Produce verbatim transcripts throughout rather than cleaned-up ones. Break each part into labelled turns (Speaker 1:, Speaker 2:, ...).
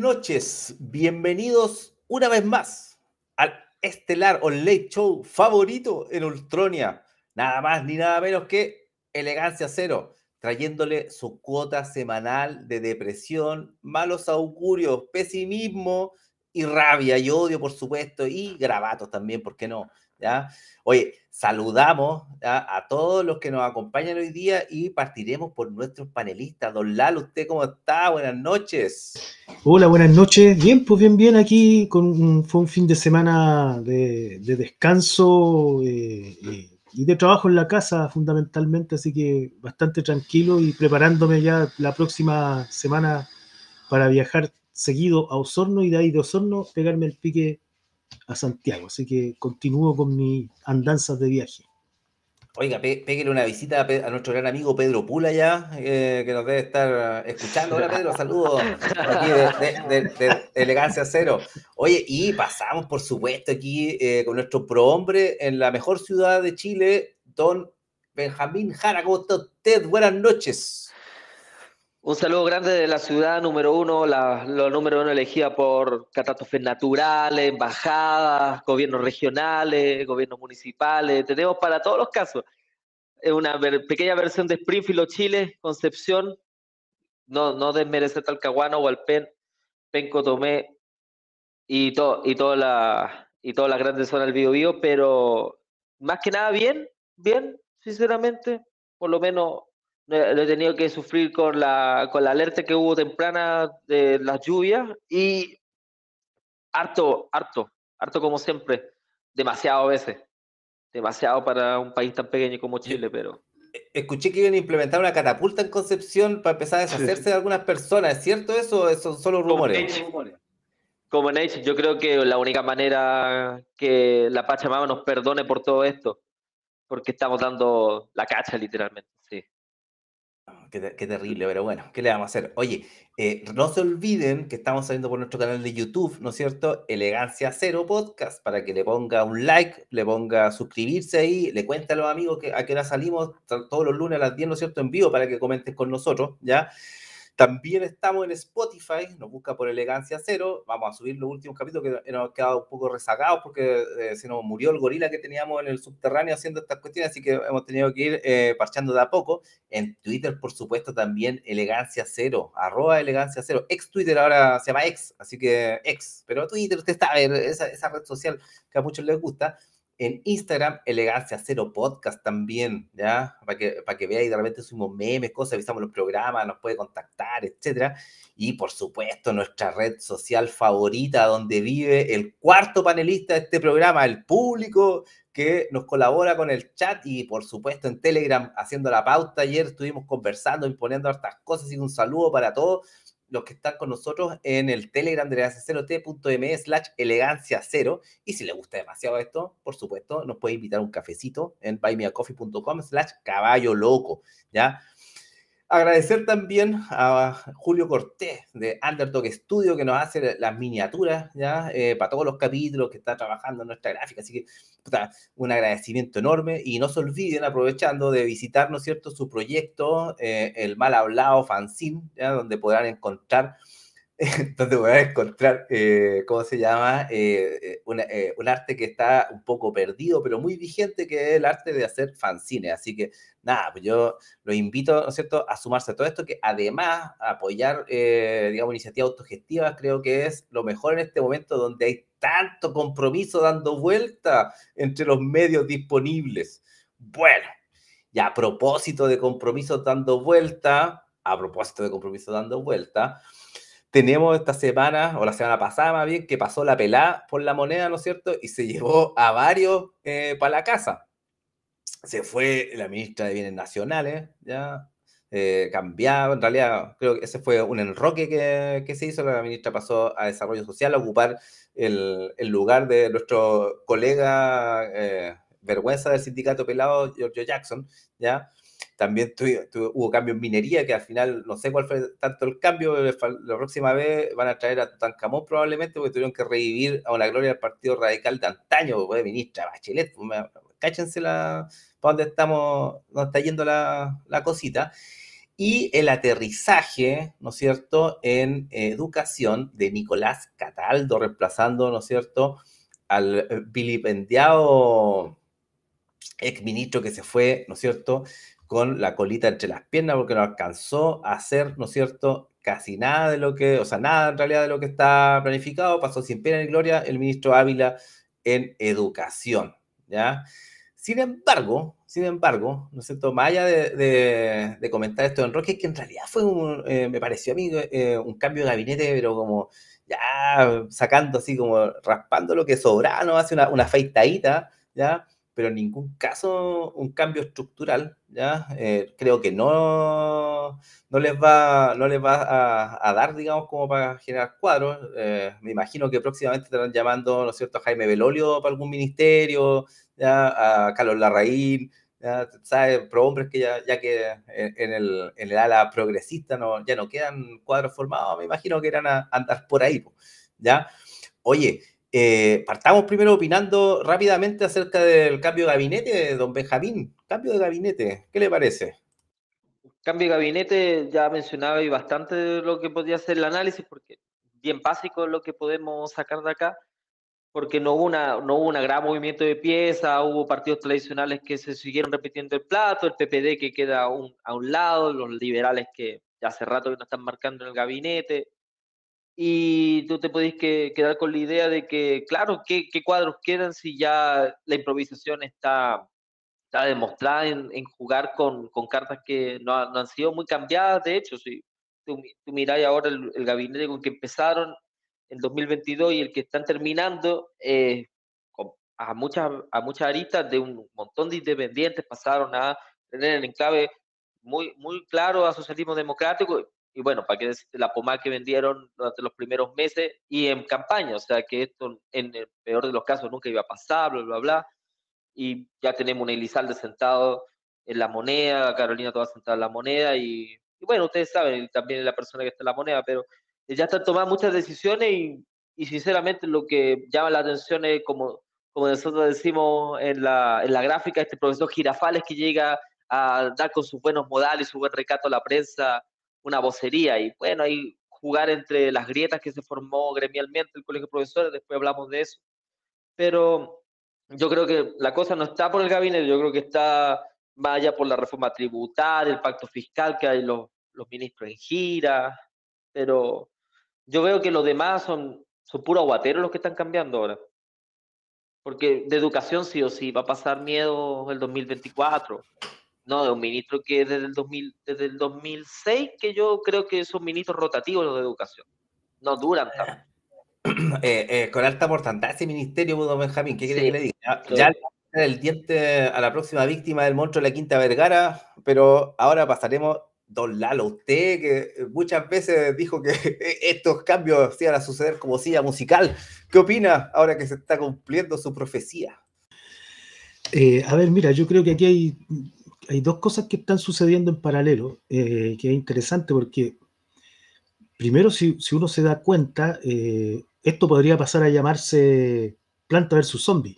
Speaker 1: noches, bienvenidos una vez más al estelar o late show favorito en Ultronia. Nada más ni nada menos que Elegancia Cero, trayéndole su cuota semanal de depresión, malos augurios, pesimismo y rabia y odio, por supuesto, y gravatos también, ¿por qué no? ¿Ya? Oye, saludamos ¿ya? a todos los que nos acompañan hoy día y partiremos por nuestros panelistas. Don Lalo, ¿usted cómo está? Buenas noches.
Speaker 2: Hola, buenas noches. Bien, pues bien, bien aquí. Con un, fue un fin de semana de, de descanso eh, eh, y de trabajo en la casa fundamentalmente, así que bastante tranquilo y preparándome ya la próxima semana para viajar seguido a Osorno y de ahí de Osorno pegarme el pique a Santiago. Así que continúo con mis andanzas de viaje.
Speaker 1: Oiga, pe péguele una visita a, Pe a, nuestro gran amigo Pedro Pula ya, eh, que nos debe estar escuchando. Hola Pedro, saludos aquí de, de, de, de Elegancia Cero. Oye, y pasamos por supuesto aquí eh, con nuestro prohombre en la mejor ciudad de Chile, don Benjamín Jara. ¿Cómo está usted? Buenas noches.
Speaker 3: Un saludo grande de la ciudad número uno, la, la número uno elegida por catástrofes naturales, embajadas, gobiernos regionales, gobiernos municipales. Tenemos para todos los casos. Es una ver, pequeña versión de Springfield, Chile, Concepción. No, no desmerecer Talcahuano, Hualpén, Penco, Tomé y, to, y, toda la, y todas las grandes zonas del Biobío, pero más que nada bien, bien, sinceramente. Por lo menos lo he tenido que sufrir con la, con la alerta que hubo temprana de las lluvias y harto, harto, harto como siempre, demasiado a veces, demasiado para un país tan pequeño como
Speaker 1: Yo,
Speaker 3: Chile, pero...
Speaker 1: escuché que iban a implementar una catapulta en Concepción para empezar a deshacerse de algunas personas. ¿Es cierto eso o son solo
Speaker 3: Como
Speaker 1: rumores?
Speaker 3: Nate, como Nate, yo creo que la única manera que la Pachamama nos perdone por todo esto, porque estamos dando la cacha literalmente, sí.
Speaker 1: Qué, te- qué terrible, pero bueno, ¿qué le vamos a hacer? Oye, eh, no se olviden que estamos saliendo por nuestro canal de YouTube, ¿no es cierto? Elegancia Cero Podcast, para que le ponga un like, le ponga suscribirse ahí, le cuente a los amigos que a qué hora salimos to- todos los lunes a las diez, ¿no es cierto? En vivo, para que comenten con nosotros, ¿ya? También estamos en Spotify, nos busca por Elegancia Cero. Vamos a subir los últimos capítulos que nos han quedado un poco rezagados porque eh, se nos murió el gorila que teníamos en el subterráneo haciendo estas cuestiones, así que hemos tenido que ir eh, parchando de a poco. En Twitter, por supuesto, también Elegancia Cero, arroba Elegancia Cero. Ex Twitter ahora se llama Ex, así que Ex, pero Twitter, usted sabe, esa, esa red social que a muchos les gusta. En Instagram, Elegancia Cero Podcast también, ¿ya? Para que, para que vea y de repente subimos memes, cosas, avisamos los programas, nos puede contactar, etcétera. Y por supuesto, nuestra red social favorita, donde vive el cuarto panelista de este programa, el público que nos colabora con el chat y por supuesto en Telegram haciendo la pauta. Ayer estuvimos conversando y poniendo hartas cosas, y un saludo para todos los que están con nosotros en el Telegram de elegancia cero t punto m slash elegancia cero. Y si les gusta demasiado esto, por supuesto, nos puede invitar un cafecito en buymeacoffee punto com slash caballo loco, ¿ya? Agradecer también a Julio Cortés de Underdog Studio, que nos hace las miniaturas, ¿ya? Eh, para todos los capítulos, que está trabajando en nuestra gráfica. Así que, puta, un agradecimiento enorme. Y no se olviden, aprovechando, de visitar, ¿no es cierto?, su proyecto, eh, El Mal Hablado Fanzine, ¿ya? Donde podrán encontrar donde voy a encontrar, eh, ¿cómo se llama? Eh, eh, una, eh, un arte que está un poco perdido, pero muy vigente, que es el arte de hacer fanzines. Así que, nada, pues yo los invito, ¿no es cierto?, a sumarse a todo esto, que además apoyar, eh, digamos, iniciativas autogestivas, creo que es lo mejor en este momento donde hay tanto compromiso dando vuelta entre los medios disponibles. Bueno, y a propósito de compromiso dando vuelta, a propósito de compromiso dando vuelta, tenemos esta semana, o la semana pasada más bien, que pasó la pelá por la moneda, ¿no es cierto? Y se llevó a varios eh, para la casa. Se fue la ministra de Bienes Nacionales, ya, eh, cambiado, en realidad creo que ese fue un enroque que, que se hizo. La ministra pasó a Desarrollo Social a ocupar el, el lugar de nuestro colega, eh, vergüenza del sindicato pelado, Giorgio Jackson, ya. También tu, tu, hubo cambio en minería, que al final no sé cuál fue tanto el cambio. La próxima vez van a traer a Tutankamón probablemente, porque tuvieron que revivir a una gloria del Partido Radical de antaño, pues, ministra Bachelet, cáchense la, para dónde estamos, nos está yendo la, la cosita. y el aterrizaje, ¿no es cierto?, en educación de Nicolás Cataldo, reemplazando, ¿no es cierto?, al vilipendiado exministro que se fue, ¿no es cierto?, con la colita entre las piernas porque no alcanzó a hacer, ¿no es cierto?, casi nada de lo que, o sea, nada en realidad de lo que está planificado, pasó sin pena ni gloria el ministro Ávila en educación, ¿ya? Sin embargo, sin embargo, ¿no es cierto?, más allá de, de, de comentar esto de Enroque, que en realidad fue un, eh, me pareció a mí eh, un cambio de gabinete, pero como ya sacando así como raspando lo que sobraba, ¿no? Hace una, una afeitadita, ¿ya? Pero en ningún caso un cambio estructural, ¿ya? Eh, creo que no, no les va, no les va a, a dar, digamos, como para generar cuadros. Eh, me imagino que próximamente estarán llamando, ¿no es cierto?, a Jaime Belolio para algún ministerio, ¿ya? A Carlos Larraín, ¿ya? ¿Sabes? Prohombres que ya, ya que en, en, el, en el ala progresista no, ya no quedan cuadros formados, me imagino que irán a andar por ahí, ¿ya? Oye, Eh, partamos primero opinando rápidamente acerca del cambio de gabinete, don Benjamín. Cambio de gabinete, ¿qué le parece?
Speaker 3: Cambio de gabinete, ya mencionaba y bastante de lo que podría ser el análisis, porque bien básico es lo que podemos sacar de acá, porque no hubo una, no hubo un gran movimiento de piezas, hubo partidos tradicionales que se siguieron repitiendo el plato, el P P D que queda a un, a un lado, los liberales que ya hace rato que no están marcando en el gabinete, y tú te podés que, quedar con la idea de que, claro, ¿qué, qué cuadros quedan si ya la improvisación está, está demostrada en, en jugar con, con cartas que no, ha- no han sido muy cambiadas? De hecho, si tú, mi- tú miráis ahora el, el gabinete con que empezaron en dos mil veintidós y el que están terminando, eh, con- a muchas a muchas aristas de un montón de independientes pasaron a tener el enclave muy, muy claro a socialismo democrático. Y bueno, para qué decirte la pomada que vendieron durante los primeros meses y en campaña, o sea que esto en el peor de los casos nunca iba a pasar, bla, bla, bla. Y ya tenemos un Elizalde sentado en la moneda, Carolina toda sentada en la moneda, y, y bueno, ustedes saben también la persona que está en la moneda, pero ya están tomando muchas decisiones y, y sinceramente lo que llama la atención es como, como nosotros decimos en la, en la gráfica, este profesor Girafales que llega a dar con sus buenos modales, su buen recato a la prensa, una vocería, y bueno, ahí jugar entre las grietas que se formó gremialmente el colegio de profesores, después hablamos de eso, pero yo creo que la cosa no está por el gabinete, yo creo que está más allá por la reforma tributaria, el pacto fiscal, que hay los, los ministros en gira, pero yo veo que los demás son, son puros aguateros los que están cambiando ahora, porque de educación sí o sí va a pasar miedo el dos mil veinticuatro, no de un ministro que desde el dos mil, desde el dos mil seis, que yo creo que son ministros rotativos los de educación, no duran tanto.
Speaker 1: Eh, eh, con alta portantía ese ministerio, don Benjamín, ¿qué quiere
Speaker 3: Sí,
Speaker 1: que le diga? Ya,
Speaker 3: sí.
Speaker 1: ya le vamos a poner el diente a la próxima víctima del monstruo de la Quinta Vergara, pero ahora pasaremos, don Lalo, usted que muchas veces dijo que estos cambios iban a suceder como silla musical, ¿qué opina ahora que se está cumpliendo su profecía?
Speaker 2: Eh, a ver, mira, yo creo que aquí hay, hay dos cosas que están sucediendo en paralelo, eh, que es interesante porque primero, si, si uno se da cuenta, eh, esto podría pasar a llamarse Planta versus Zombie,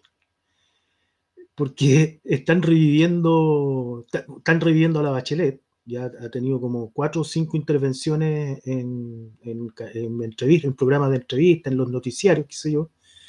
Speaker 2: porque están reviviendo, están reviviendo a la Bachelet, ya ha tenido como cuatro o cinco intervenciones en, en, en, entrevistas, en programas de entrevista, en los noticiarios, qué sé yo.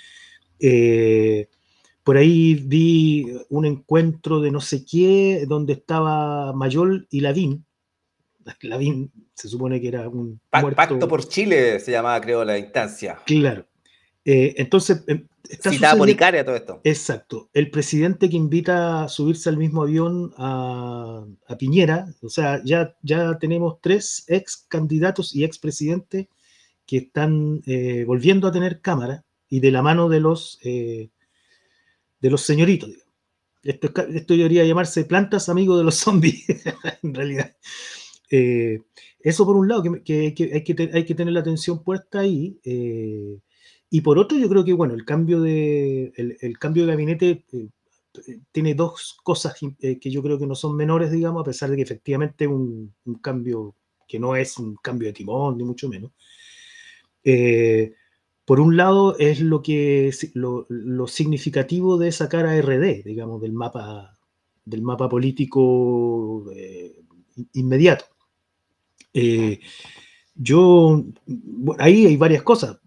Speaker 2: Eh, por ahí vi un encuentro de no sé qué, donde estaba Mayol y Lavín. Lavín se supone que era un
Speaker 1: Pa-
Speaker 2: muerto.
Speaker 1: Pacto por Chile se llamaba, creo, la instancia.
Speaker 2: Claro. Eh, entonces, eh, está
Speaker 1: Citada por
Speaker 2: sucediendo.
Speaker 1: Icaria todo esto.
Speaker 2: Exacto. El presidente que invita a subirse al mismo avión a, a Piñera, o sea, ya, ya tenemos tres ex candidatos y ex presidentes que están eh, volviendo a tener cámara y de la mano de los, eh, de los señoritos. Digamos. Esto, esto debería llamarse plantas amigos de los zombies, en realidad. Eh, eso por un lado, que, que, que, hay, que te, hay que tener la atención puesta ahí. Eh, y por otro, yo creo que bueno, el cambio de, el, el cambio de gabinete eh, tiene dos cosas eh, que yo creo que no son menores, digamos, a pesar de que efectivamente un, un cambio que no es un cambio de timón, ni mucho menos. Eh, por un lado, es lo, que, lo, lo significativo de sacar a R D, digamos, del mapa, del mapa político eh, inmediato. Eh, yo, bueno, ahí hay varias cosas.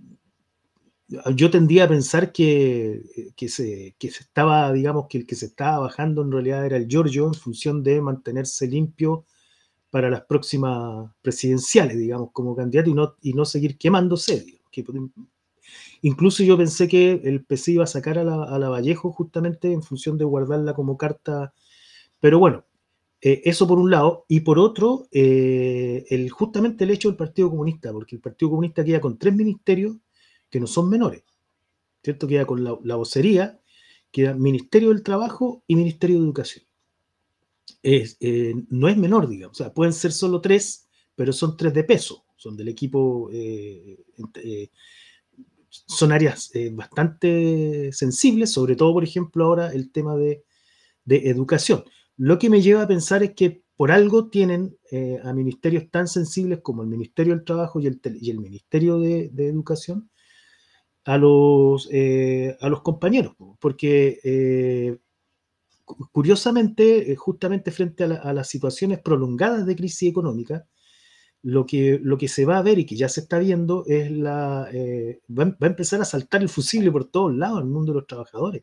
Speaker 2: Yo tendía a pensar que, que, se, que se estaba, digamos, que el que se estaba bajando en realidad era el Giorgio en función de mantenerse limpio para las próximas presidenciales, digamos, como candidato y no, y no seguir quemándose. Digamos, que, incluso yo pensé que el P C iba a sacar a la, a la Vallejo justamente en función de guardarla como carta, pero bueno, eh, eso por un lado, y por otro, eh, el, justamente el hecho del Partido Comunista, porque el Partido Comunista queda con tres ministerios que no son menores, ¿cierto? Queda con la, la vocería, queda Ministerio del Trabajo y Ministerio de Educación. Es, eh, no es menor, digamos, o sea, pueden ser solo tres, pero son tres de peso, son del equipo, eh, eh, son áreas eh, bastante sensibles, sobre todo, por ejemplo, ahora el tema de, de educación. Lo que me lleva a pensar es que por algo tienen eh, a ministerios tan sensibles como el Ministerio del Trabajo y el, y el Ministerio de, de Educación a los, eh, a los compañeros, porque eh, curiosamente, eh, justamente frente a, la, a, las situaciones prolongadas de crisis económica, lo que, lo que se va a ver y que ya se está viendo es la, eh, va, va a empezar a saltar el fusible por todos lados en el mundo de los trabajadores.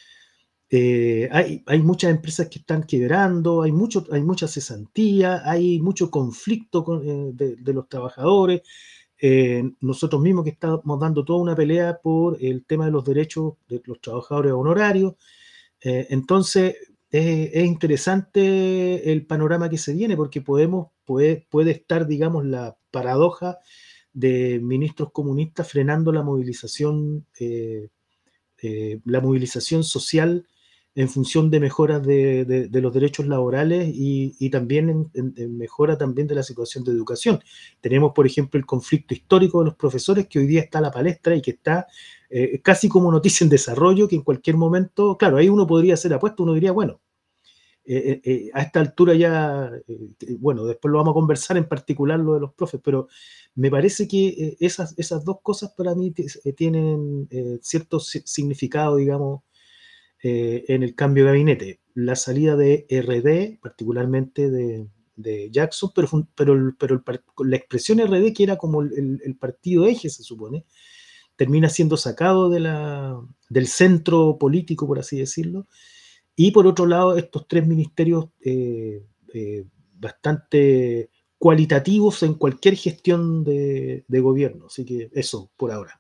Speaker 2: Eh, hay, hay muchas empresas que están quebrando, hay, mucho, hay mucha cesantía, hay mucho conflicto con, eh, de, de los trabajadores. Eh, nosotros mismos que estamos dando toda una pelea por el tema de los derechos de los trabajadores honorarios. Eh, entonces, eh, es interesante el panorama que se viene porque podemos, puede, puede estar, digamos, la paradoja de ministros comunistas frenando la movilización, eh, eh, la movilización social en función de mejoras de, de, de los derechos laborales y, y también en, en, en mejora también de la situación de educación. Tenemos, por ejemplo, el conflicto histórico de los profesores que hoy día está a la palestra y que está eh, casi como noticia en desarrollo, que en cualquier momento, claro, ahí uno podría hacer apuesto, uno diría, bueno, eh, eh, a esta altura ya, eh, bueno, después lo vamos a conversar en particular lo de los profes, pero me parece que eh, esas, esas dos cosas para mí eh, tienen eh, cierto significado, digamos, Eh, en el cambio de gabinete. La salida de R D, particularmente de, de Jackson, pero, pero, pero el, la expresión R D, que era como el, el partido eje, se supone, termina siendo sacado de la, del centro político, por así decirlo. Y por otro lado, estos tres ministerios eh, eh, bastante cualitativos en cualquier gestión de, de gobierno. Así que eso, por ahora.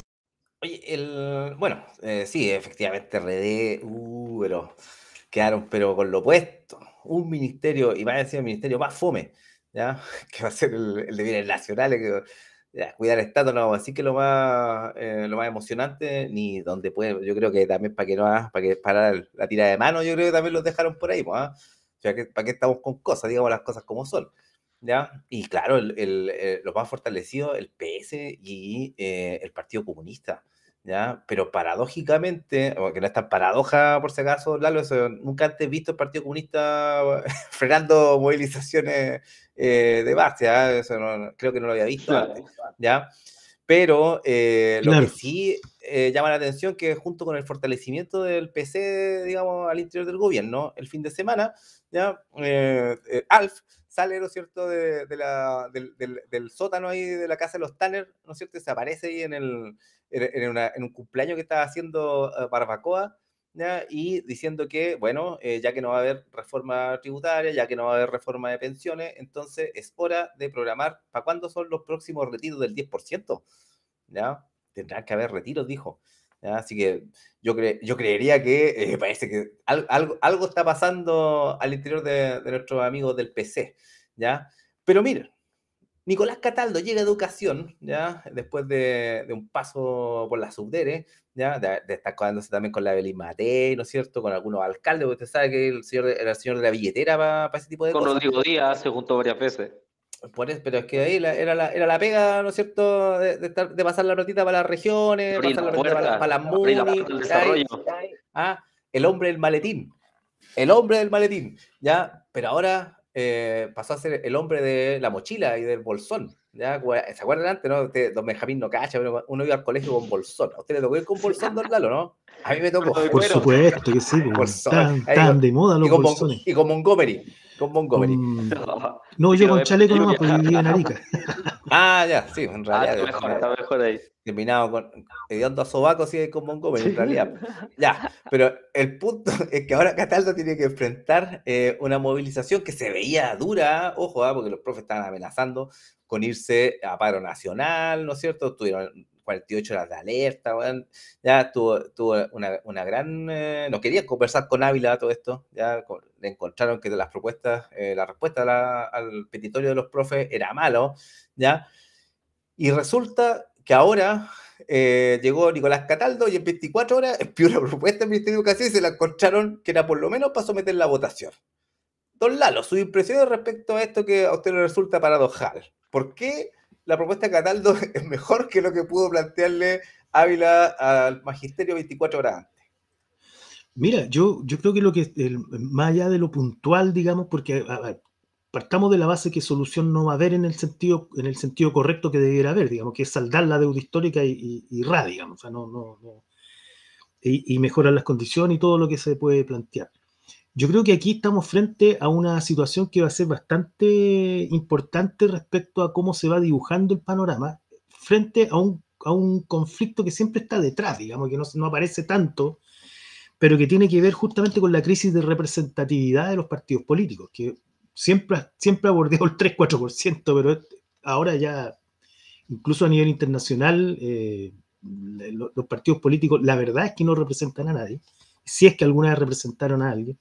Speaker 1: Oye, el, bueno, eh, sí, efectivamente R D, uh, pero quedaron pero con lo opuesto. Un ministerio, y va a ser el ministerio más fome, ¿ya? Que va a ser el, el de bienes nacionales, que ya, cuidar el Estado, no, así que lo más, eh, lo más emocionante, ni donde puede, yo creo que también para que no para que para la tira de mano, yo creo que también los dejaron por ahí, pues, ¿eh? O sea, que, ¿para qué estamos con cosas? Digamos las cosas como son. ¿Ya? Y claro, el, el, el, los más fortalecidos, el P S y eh, el Partido Comunista, ¿ya? Pero paradójicamente, que no es tan paradoja por si acaso, Lalo, eso, nunca antes visto el Partido Comunista frenando movilizaciones eh, de base, ¿eh? Eso no, creo que no lo había visto claro. antes, ¿ya? Pero eh, claro. Lo que sí eh, llama la atención que junto con el fortalecimiento del P C, digamos, al interior del gobierno, el fin de semana, ¿ya? Eh, eh, Alf sale, ¿no es cierto?, de, de la, del, del, del sótano ahí de la casa de los Tanner, ¿no es cierto?, y se aparece ahí en, el, en, en, una, en un cumpleaños que estaba haciendo uh, Barbacoa, ¿ya? Y diciendo que, bueno, eh, ya que no va a haber reforma tributaria, ya que no va a haber reforma de pensiones, entonces es hora de programar para cuándo son los próximos retiros del diez por ciento, ¿ya? Tendrán que haber retiros, dijo. ¿Ya? Así que yo, cre yo creería que eh, parece que al algo, algo está pasando al interior de, de nuestros amigos del P C, ¿ya? Pero miren, Nicolás Cataldo llega a Educación, ¿ya? Después de, de un paso por la Subdere, ¿ya? De, de estar codándose también con la Belín Matei, ¿no es cierto? Con algunos alcaldes, porque usted sabe que el señor era el señor de la billetera para pa ese tipo de
Speaker 3: con
Speaker 1: cosas.
Speaker 3: Con Rodrigo Díaz se juntó varias veces.
Speaker 1: Por eso, pero es que ahí la, era, la, era la pega, ¿no es cierto?, de, de, de pasar la ratita para las regiones,
Speaker 3: abrir
Speaker 1: pasar la,
Speaker 3: la
Speaker 1: ratita
Speaker 3: puerta,
Speaker 1: para, para las MUNI, ah, el hombre del maletín, el hombre del maletín, ¿ya? Pero ahora eh, pasó a ser el hombre de la mochila y del bolsón, ¿ya? ¿Se acuerdan antes, no? Usted, don Benjamín no cacha, pero uno iba al colegio con bolsón. ¿A usted le tocó ir con bolsón, don Lalo, no? A mí me tocó.
Speaker 2: Por supuesto que sí,
Speaker 1: bolsón.
Speaker 2: Están, están de moda los
Speaker 1: y con
Speaker 2: bolsones.
Speaker 1: Y con Montgomery. Con Montgomery.
Speaker 2: Con... No, yo con chaleco nomás, porque vivía en Arica.
Speaker 1: Ah, ya, sí, en realidad.
Speaker 3: Ah, está mejor, está mejor ahí.
Speaker 1: Terminado con hediondo a sobaco, sí, con Montgomery, en realidad. Ya, pero el punto es que ahora Cataldo tiene que enfrentar eh, una movilización que se veía dura, ojo, ¿eh? Porque los profes estaban amenazando con irse a paro nacional, ¿no es cierto? Tuvieron cuarenta y ocho horas de alerta, bueno, ya tuvo, tuvo una, una gran... Eh, no querían conversar con Ávila todo esto, ya con, le encontraron que las propuestas, eh, la respuesta a la, al petitorio de los profes era malo, ya, y resulta que ahora eh, llegó Nicolás Cataldo y en veinticuatro horas envió una propuesta del Ministerio de Educación y se la encontraron que era por lo menos para someter la votación. Don Lalo, sus impresiones respecto a esto que a usted le resulta paradojal. ¿Por qué la propuesta de Cataldo es mejor que lo que pudo plantearle Ávila al magisterio veinticuatro horas antes?
Speaker 2: Mira, yo, yo creo que lo que, el, más allá de lo puntual, digamos, porque a ver, partamos de la base que solución no va a haber en el sentido, en el sentido correcto que debiera haber, digamos, que es saldar la deuda histórica y, y, y ra, digamos, o sea, no, no, no, y, y mejorar las condiciones y todo lo que se puede plantear. Yo creo que aquí estamos frente a una situación que va a ser bastante importante respecto a cómo se va dibujando el panorama, frente a un, a un conflicto que siempre está detrás, digamos, que no, no aparece tanto, pero que tiene que ver justamente con la crisis de representatividad de los partidos políticos, que siempre, siempre ha bordeado el tres cuatro por ciento, pero ahora ya, incluso a nivel internacional, eh, los, los partidos políticos, la verdad es que no representan a nadie, si es que alguna vez representaron a alguien.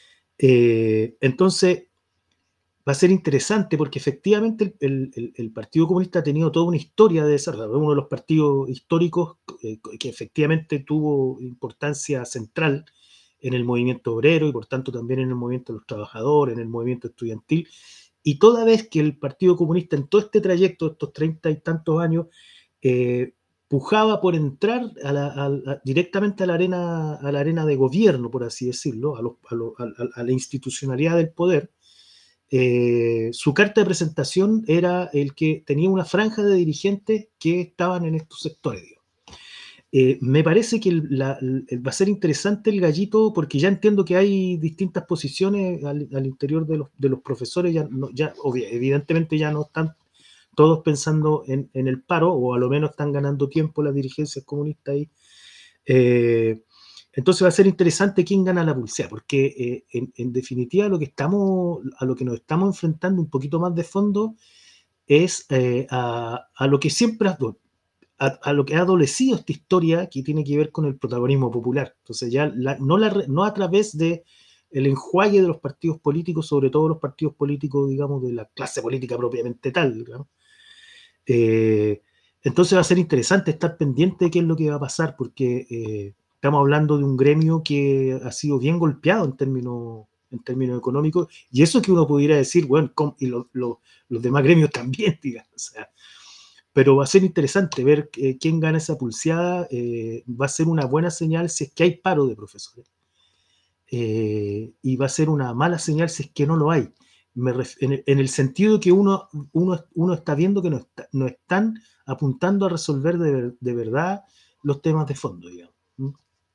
Speaker 2: Eh, entonces, va a ser interesante porque efectivamente el, el, el Partido Comunista ha tenido toda una historia de desarrollo, uno de los partidos históricos eh, que efectivamente tuvo importancia central en el movimiento obrero y por tanto también en el movimiento de los trabajadores, en el movimiento estudiantil, y toda vez que el Partido Comunista en todo este trayecto, estos treinta y tantos años, eh, pujaba por entrar a la, a, a, directamente a la, arena, a la arena de gobierno, por así decirlo, a, los, a, lo, a, a la institucionalidad del poder, eh, su carta de presentación era el que tenía una franja de dirigentes que estaban en estos sectores. Eh, me parece que el, la, el, va a ser interesante el gallito, porque ya entiendo que hay distintas posiciones al, al interior de los, de los profesores, ya, no, ya evidentemente ya no están todos pensando en, en el paro, o a lo menos están ganando tiempo las dirigencias comunistas ahí. Eh, entonces va a ser interesante quién gana la pulsea, porque eh, en, en definitiva lo que estamos, a lo que nos estamos enfrentando un poquito más de fondo es eh, a, a lo que siempre ha, a, a lo que ha adolecido esta historia, que tiene que ver con el protagonismo popular. Entonces ya la, no, la, no a través de el enjuague de los partidos políticos, sobre todo los partidos políticos, digamos, de la clase política propiamente tal, digamos. Eh, entonces va a ser interesante estar pendiente de qué es lo que va a pasar, porque eh, estamos hablando de un gremio que ha sido bien golpeado en términos, en términos económicos, y eso que uno pudiera decir, bueno, y lo, lo, los demás gremios también, digamos, o sea, pero va a ser interesante ver eh, quién gana esa pulseada. Eh, va a ser una buena señal si es que hay paro de profesores, eh, y va a ser una mala señal si es que no lo hay. Me ref, en, el, en el sentido de que uno, uno, uno está viendo que no, está, no están apuntando a resolver de, de verdad los temas de fondo, digamos. ¿Mm?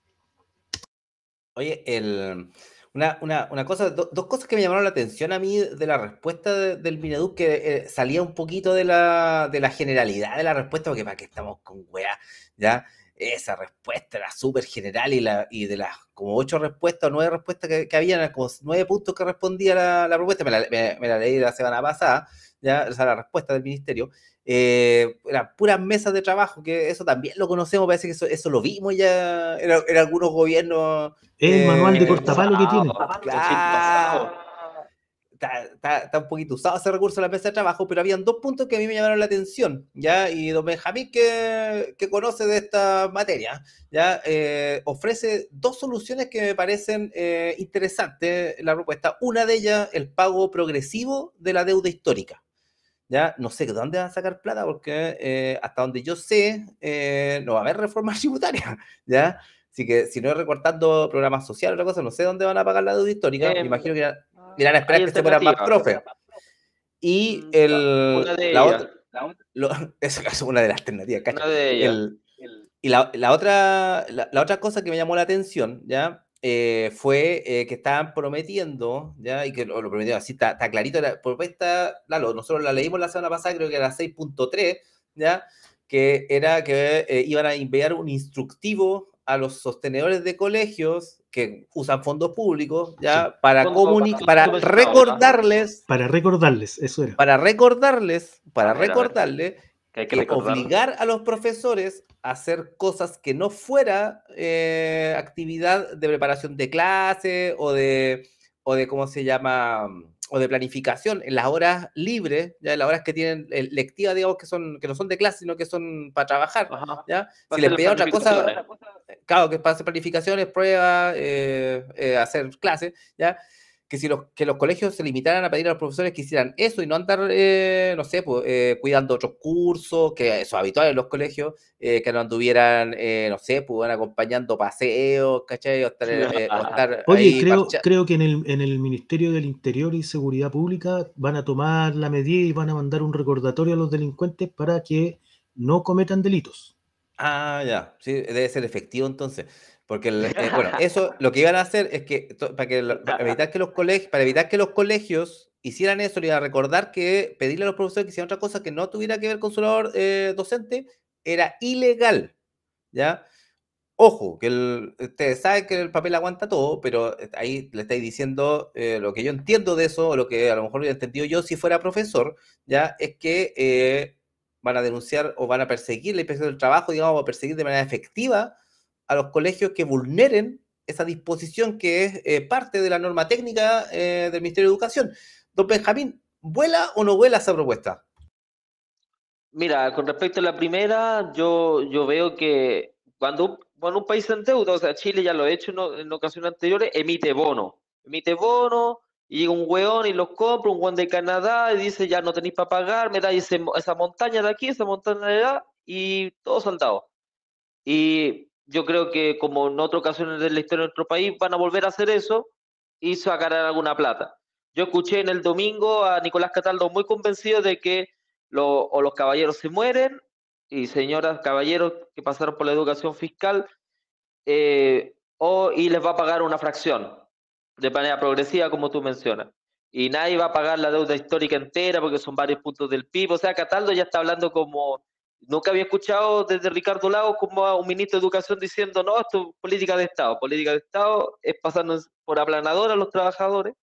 Speaker 1: Oye, el, una, una, una cosa, do, dos cosas que me llamaron la atención a mí de la respuesta de, del Mineduc, que eh, salía un poquito de la, de la generalidad de la respuesta, porque para qué estamos con weá, ¿ya? Esa respuesta era súper general, y, la, y de las como ocho respuestas o nueve respuestas que, que habían, como nueve puntos que respondía la, la propuesta, me la, me, me la leí la semana pasada, ya, o sea, la respuesta del ministerio, eh, eran puras mesas de trabajo, que eso también lo conocemos, parece que eso, eso lo vimos ya en, en algunos gobiernos.
Speaker 2: Es el
Speaker 1: eh,
Speaker 2: manual de cortapalo que tiene.
Speaker 1: Claro. Está, está, está un poquito usado ese recurso en la mesa de trabajo, pero habían dos puntos que a mí me llamaron la atención, ¿ya? Y don Benjamín, que, que conoce de esta materia, ¿ya? Eh, ofrece dos soluciones que me parecen eh, interesantes en la propuesta. Una de ellas, el pago progresivo de la deuda histórica, ¿ya? No sé de dónde van a sacar plata, porque eh, hasta donde yo sé, eh, no va a haber reforma tributaria, ¿ya? Así que si no es recortando programas sociales o otra cosa, no sé dónde van a pagar la deuda histórica. Eh, me imagino que irán, irán a esperar que se fueran más profes. Y el,
Speaker 3: una de
Speaker 1: la
Speaker 3: ellas.
Speaker 1: otra, lo, esa es una de las alternativas, ¿cacha?
Speaker 3: Una de ellas.
Speaker 1: El, y la, la, otra, la, la otra cosa que me llamó la atención, ¿ya? eh, fue eh, que estaban prometiendo, ¿ya? Y que lo, lo prometieron así, está, está clarito, la propuesta, Lalo, nosotros la leímos la semana pasada, creo que era seis punto tres, ¿ya? Que era que eh, iban a enviar un instructivo a los sostenedores de colegios que usan fondos públicos, ¿ya?
Speaker 2: Sí.
Speaker 1: Para,
Speaker 3: Fondo
Speaker 1: comuni-
Speaker 3: para-
Speaker 1: para
Speaker 3: subvencionado,
Speaker 1: recordarles,
Speaker 2: Para recordarles, eso era.
Speaker 1: para recordarles, para
Speaker 3: A ver, a ver.
Speaker 1: recordarles
Speaker 3: que hay que
Speaker 1: que
Speaker 3: recordar.
Speaker 1: obligar a los profesores a hacer cosas que no fuera eh, actividad de preparación de clase o de, o de, ¿cómo se llama? O de planificación en las horas libres, ya en las horas que tienen eh, lectivas, digamos, que, son, que no son de clase, sino que son para trabajar,
Speaker 3: Ajá.
Speaker 1: ¿ya?
Speaker 3: Va
Speaker 1: Si
Speaker 3: a
Speaker 1: les
Speaker 3: ser
Speaker 1: pedían otra cosa,
Speaker 3: planificaciones.
Speaker 1: claro, que para hacer planificaciones, pruebas, eh, eh, hacer clases, ¿ya? Que si los, que los colegios se limitaran a pedir a los profesores que hicieran eso y no andar, eh, no sé, pues, eh, cuidando otros cursos, que eso es habitual en los colegios, eh, que no anduvieran, eh, no sé, pues, acompañando paseos, ¿cachai? O estar, eh, o estar
Speaker 2: Oye,
Speaker 1: ahí
Speaker 2: creo,
Speaker 1: parcha-
Speaker 2: creo que en el, en el Ministerio del Interior y Seguridad Pública van a tomar la medida y van a mandar un recordatorio a los delincuentes para que no cometan delitos.
Speaker 1: Ah, ya, sí, debe ser efectivo entonces. Porque, el, eh, bueno, eso lo que iban a hacer es que, to- para, que la- para evitar que los colegios, para evitar que los colegios hicieran eso, le iban a recordar que pedirle a los profesores que hicieran otra cosa que no tuviera que ver con su labor eh, docente era ilegal, ¿ya? Ojo, que el, ustedes saben que el papel aguanta todo, pero ahí le estáis diciendo eh, lo que yo entiendo de eso, o lo que a lo mejor hubiera entendido yo si fuera profesor, ya es que eh, van a denunciar o van a perseguir la inspección del trabajo, digamos, o a perseguir de manera efectiva a los colegios que vulneren esa disposición que es eh, parte de la norma técnica eh, del Ministerio de Educación. Don Benjamín, ¿vuela o no vuela esa propuesta?
Speaker 3: Mira, con respecto a la primera, yo, yo veo que cuando un, cuando un país se endeuda, o sea, Chile ya lo ha hecho en, en ocasiones anteriores, emite bono. Emite bono y llega un hueón y los compra, un hueón de Canadá y dice, ya no tenéis para pagar, me dais ese- esa montaña de aquí, esa montaña de allá y todo soldado. Y yo creo que como en otras ocasiones de la historia de nuestro país van a volver a hacer eso y sacarán alguna plata. Yo escuché en el domingo a Nicolás Cataldo muy convencido de que lo, o los caballeros se mueren y señoras, caballeros que pasaron por la educación fiscal, eh, o, y les va a pagar una fracción de manera progresiva, como tú mencionas. Y nadie va a pagar la deuda histórica entera porque son varios puntos del P I B. O sea, Cataldo ya está hablando como... Nunca había escuchado desde Ricardo Lagos como a un ministro de Educación diciendo, no, esto es política de Estado. Política de Estado es pasando por aplanador a los trabajadores,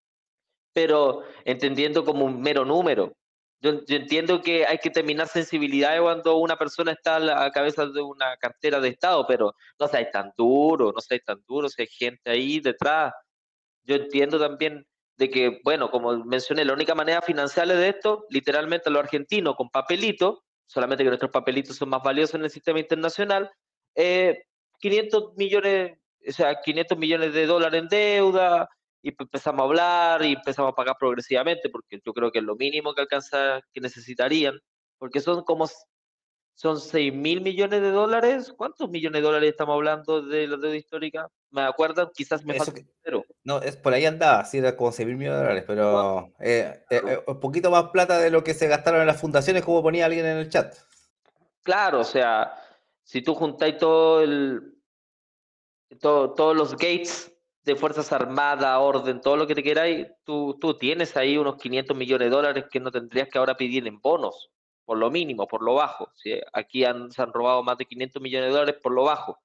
Speaker 3: pero entendiendo como un mero número. Yo, yo entiendo que hay que terminar sensibilidades cuando una persona está a la cabeza de una cartera de Estado, pero no seáis tan duro, no seáis tan duro, si hay gente ahí detrás. Yo entiendo también de que, bueno, como mencioné, la única manera financiable de esto, literalmente los argentinos con papelitos, solamente que nuestros papelitos son más valiosos en el sistema internacional, eh, quinientos millones, o sea, quinientos millones de dólares en deuda, y empezamos a hablar y empezamos a pagar progresivamente, porque yo creo que es lo mínimo que alcanza, que necesitarían, porque son como son seis mil millones de dólares. ¿Cuántos millones de dólares estamos hablando de la deuda histórica? ¿Me acuerdan? Quizás me
Speaker 1: Eso
Speaker 3: falta
Speaker 1: que,
Speaker 3: un cero.
Speaker 1: no, es por ahí andaba, sí, era como seis mil millones de dólares, pero eh, eh,
Speaker 3: Claro.
Speaker 1: eh, un poquito más plata de lo que se gastaron en las fundaciones, como ponía alguien en el chat.
Speaker 3: Claro, o sea, si tú juntáis todo el, todo, todos los gates de Fuerzas Armadas, orden, todo lo que te queráis, tú, tú tienes ahí unos quinientos millones de dólares que no tendrías que ahora pedir en bonos, por lo mínimo, por lo bajo. ¿Sí? Aquí han, se han robado más de quinientos millones de dólares por lo bajo.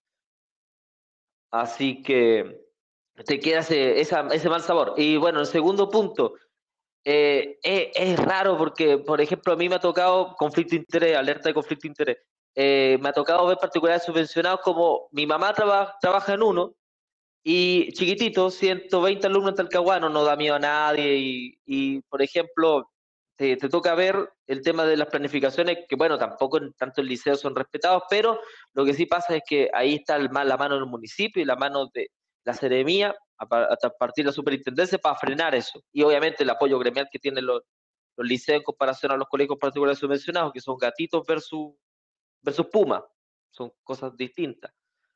Speaker 3: Así que te queda ese, esa, ese mal sabor. Y bueno, el segundo punto, eh, es, es raro porque, por ejemplo, a mí me ha tocado conflicto de interés, alerta de conflicto de interés. Eh, me ha tocado ver particulares subvencionados como mi mamá traba, trabaja en uno y chiquitito, ciento veinte alumnos en Talcahuano, no da miedo a nadie. Y, y por ejemplo, te, te, toca ver el tema de las planificaciones, que bueno, tampoco en tanto el liceo son respetados, pero lo que sí pasa es que ahí está el, la mano del municipio y la mano de la seremía, a, a partir de la superintendencia, para frenar eso. Y obviamente el apoyo gremial que tienen los, los liceos en comparación a los colegios particulares subvencionados, que son gatitos versus, versus Puma, son cosas distintas.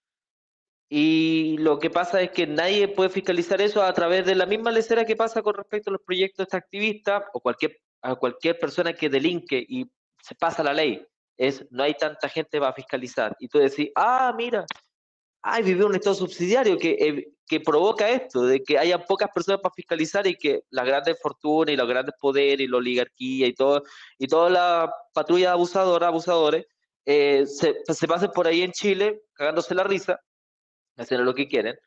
Speaker 3: Y lo que pasa es que nadie puede fiscalizar eso a través de la misma lecera que pasa con respecto a los proyectos extractivistas o cualquier, a cualquier persona que delinque y se pasa la ley. Es, no hay tanta gente para fiscalizar. Y tú decís, ah, mira, ay, vivió un estado subsidiario que eh, que provoca esto, de que haya pocas personas para fiscalizar y que las grandes fortunas y los grandes poderes y la oligarquía y todo, y toda la patrulla abusadora, abusadores, eh, se, se pasen por ahí en Chile cagándose la risa, haciendo lo que quieren,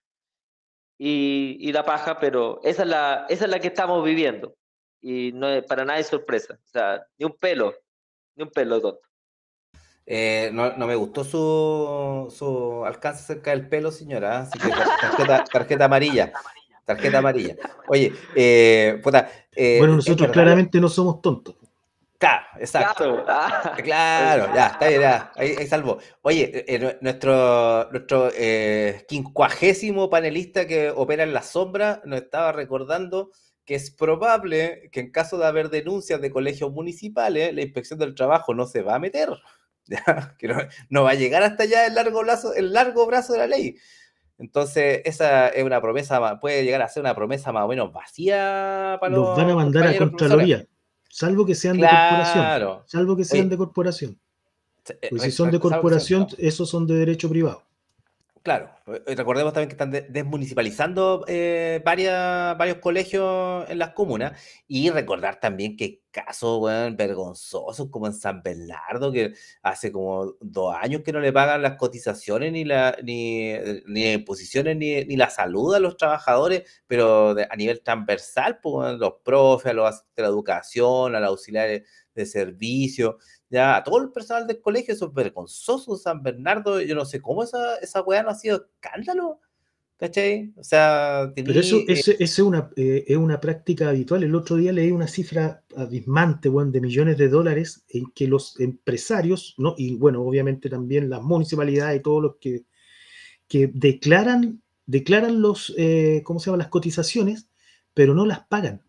Speaker 3: y, y da paja, pero esa es, la, esa es la que estamos viviendo. Y no es para nadie sorpresa. O sea, ni un pelo, ni un pelo tonto.
Speaker 1: Eh, no, no me gustó su, su alcance cerca del pelo, señora. Así que tar- tarjeta, tarjeta amarilla. Tarjeta amarilla. Oye, eh, puta,
Speaker 2: Bueno,
Speaker 1: eh, es
Speaker 2: nosotros
Speaker 1: verdad. lo-
Speaker 2: claramente no somos tontos.
Speaker 1: Claro, exacto.
Speaker 3: Claro. Ah,
Speaker 1: Claro, ya, está bien, ya, ahí, ahí salvo. Oye, eh, nue- nuestro, nuestro eh, quincuagésimo panelista que opera en la sombra nos estaba recordando que es probable que en caso de haber denuncias de colegios municipales, la inspección del trabajo no se va a meter, ¿ya? Que no, no va a llegar hasta allá el largo brazo, el largo brazo de la ley. Entonces, esa es una promesa, ma- puede llegar a ser una promesa más o menos vacía para
Speaker 2: Los van a
Speaker 1: los
Speaker 2: mandar a
Speaker 1: compañeros profesores.
Speaker 2: Contraloría, salvo que sean de corporación,
Speaker 1: Claro.
Speaker 2: salvo que sean de
Speaker 1: Oye,
Speaker 2: corporación.
Speaker 1: eh,
Speaker 2: Pues si
Speaker 1: re-
Speaker 2: son de
Speaker 1: re- salvo que sean-
Speaker 2: corporación, esos son de derecho privado.
Speaker 1: Claro, eh, recordemos también que están de- desmunicipalizando eh, varias, varios colegios en las comunas y recordar también que hay casos weón, vergonzosos como en San Bernardo, que hace como dos años que no le pagan las cotizaciones ni la ni, eh, ni imposiciones ni, ni la salud a los trabajadores, pero de- a nivel transversal, pues, weón, los profes, a los asistentes de la educación, a los auxiliares de servicio. Ya, a todo el personal del colegio, eso es vergonzoso, San Bernardo, yo no sé cómo esa, esa weá no ha sido escándalo, ¿cachai? O sea,
Speaker 2: Pero eso,
Speaker 1: tení, eh,
Speaker 2: eso, eso es, una, eh, es una práctica habitual. El otro día leí una cifra abismante, bueno, de millones de dólares en que los empresarios, ¿no? Y bueno, obviamente también las municipalidades y todos los que, que declaran, declaran los, eh, ¿cómo se llama? Las cotizaciones, pero no las pagan.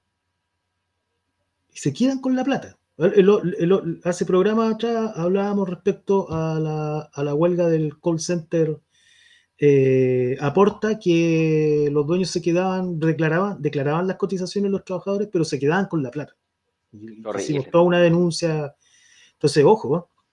Speaker 2: Y se quedan con la plata. El- el- el- hace programas atrás hablábamos respecto a la, a la huelga del call center eh, aporta que los dueños se quedaban, declaraban, declaraban las cotizaciones de los trabajadores, pero se quedaban con la plata. Y hicimos
Speaker 3: horrible.
Speaker 2: toda una denuncia. Entonces, ojo, ¿eh?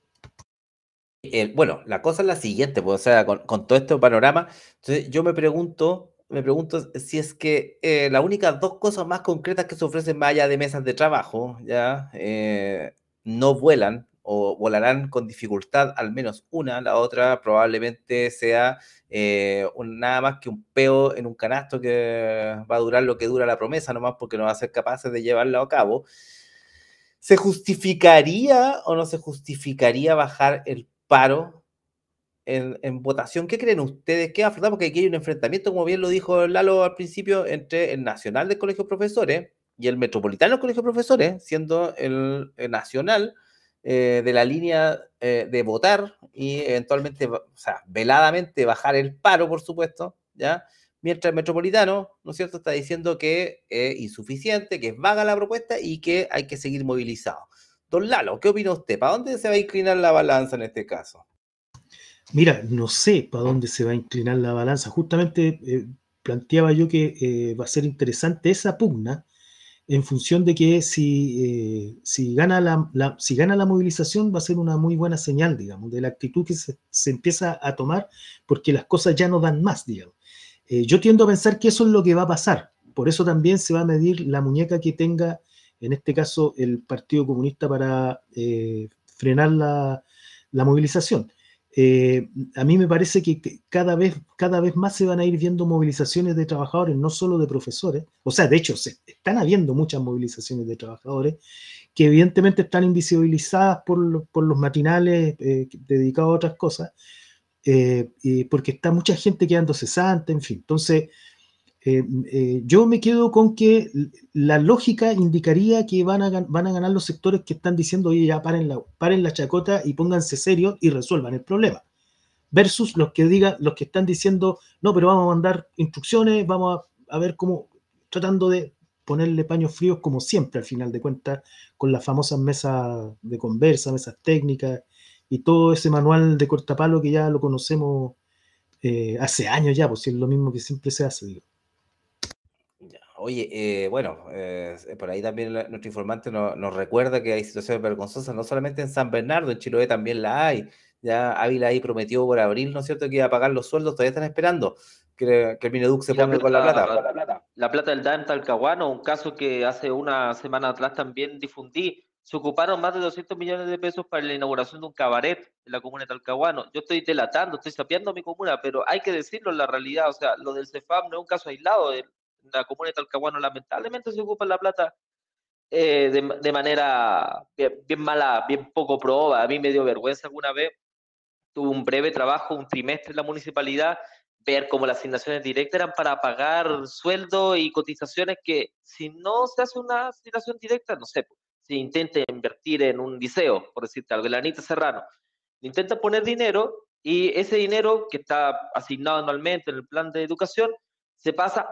Speaker 1: el- bueno, la cosa es la siguiente, pues, o sea, con, con todo este panorama, entonces yo me pregunto, me pregunto si es que eh, las únicas dos cosas más concretas que se ofrecen más allá de mesas de trabajo, ya, eh, no vuelan o volarán con dificultad, al menos una, la otra probablemente sea eh, un- nada más que un peo en un canasto que va a durar lo que dura la promesa, nomás porque no va a ser capaces de llevarlo a cabo. ¿Se justificaría o no se justificaría bajar el paro en, en votación? ¿Qué creen ustedes? ¿Qué va a afrontar? Porque aquí hay un enfrentamiento, como bien lo dijo Lalo al principio, entre el nacional del Colegio de Profesores y el metropolitano del Colegio de Profesores, siendo el, el nacional eh, de la línea eh, de votar y eventualmente, o sea, veladamente bajar el paro, por supuesto, ¿ya? Mientras el metropolitano, ¿no es cierto?, está diciendo que es insuficiente, que es vaga la propuesta y que hay que seguir movilizado. Don Lalo, ¿qué opina usted? ¿Para dónde se va a inclinar la balanza en este caso?
Speaker 2: Mira, no sé para dónde se va a inclinar la balanza. Justamente eh, planteaba yo que eh, va a ser interesante esa pugna en función de que si, eh, si, gana la, la, si gana la movilización va a ser una muy buena señal, digamos, de la actitud que se, se empieza a tomar porque las cosas ya no dan más, digamos. Eh, yo tiendo a pensar que eso es lo que va a pasar. Por eso también se va a medir la muñeca que tenga, en este caso, el Partido Comunista para eh, frenar la, la movilización. Eh, a mí me parece que cada vez, cada vez más se van a ir viendo movilizaciones de trabajadores, no solo de profesores. O sea, de hecho, se están habiendo muchas movilizaciones de trabajadores que evidentemente están invisibilizadas por, por los matinales eh, dedicados a otras cosas, eh, y porque está mucha gente quedando cesante, en fin. Entonces, eh, eh, yo me quedo con que la lógica indicaría que van a, van a ganar los sectores que están diciendo, oye, ya paren la, paren la chacota y pónganse serios y resuelvan el problema. Versus los que digan, los que están diciendo, no, pero vamos a mandar instrucciones, vamos a, a ver cómo, tratando de ponerle paños fríos como siempre al final de cuentas, con las famosas mesas de conversa, mesas técnicas y todo ese manual de cortapalo que ya lo conocemos eh, hace años ya, pues si es lo mismo que siempre se hace, digo.
Speaker 1: Ya, oye, eh, bueno, eh, por ahí también la- nuestro informante no- nos recuerda que hay situaciones vergonzosas, no solamente en San Bernardo, en Chiloé también la hay. Ya Ávila ahí prometió por abril, ¿no es cierto?, que iba a pagar los sueldos, todavía están esperando. que, que el Mineduc se
Speaker 3: Y la
Speaker 1: ponga con la plata.
Speaker 3: plata, la plata del D A M Talcahuano, un caso que hace una semana atrás también difundí. Se ocuparon más de doscientos millones de pesos para la inauguración de un cabaret en la comuna de Talcahuano. Yo estoy delatando, estoy sapeando a mi comuna, pero hay que decirlo en la realidad. O sea, lo del CEFAM no es un caso aislado. En la comuna de Talcahuano lamentablemente se ocupa la plata eh, de, de manera bien, bien mala, bien poco probada. A mí me dio vergüenza alguna vez. Tuve un breve trabajo, un trimestre en la municipalidad, ver cómo las asignaciones directas eran para pagar sueldos y cotizaciones que si no se hace una asignación directa, no sé, si intenta invertir en un liceo, por decirte algo, la Anita Serrano, intenta poner dinero y ese dinero que está asignado anualmente en el plan de educación se pasa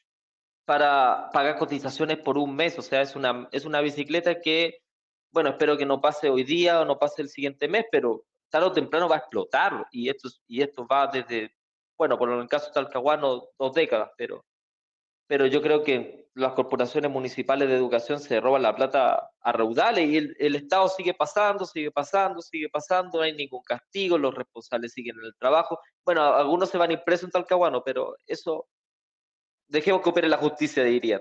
Speaker 3: para pagar cotizaciones por un mes, o sea, es una, es una bicicleta que, bueno, espero que no pase hoy día o no pase el siguiente mes, pero tarde o temprano va a explotar y esto, y esto va desde, bueno, por el caso de Talcahuano, dos décadas, pero, pero yo creo que las corporaciones municipales de educación se roban la plata a raudales y el, el Estado sigue pasando, sigue pasando, sigue pasando, no hay ningún castigo, los responsables siguen en el trabajo. Bueno, algunos se van a ir presos en Talcahuano, pero eso, dejemos que opere la justicia, dirían.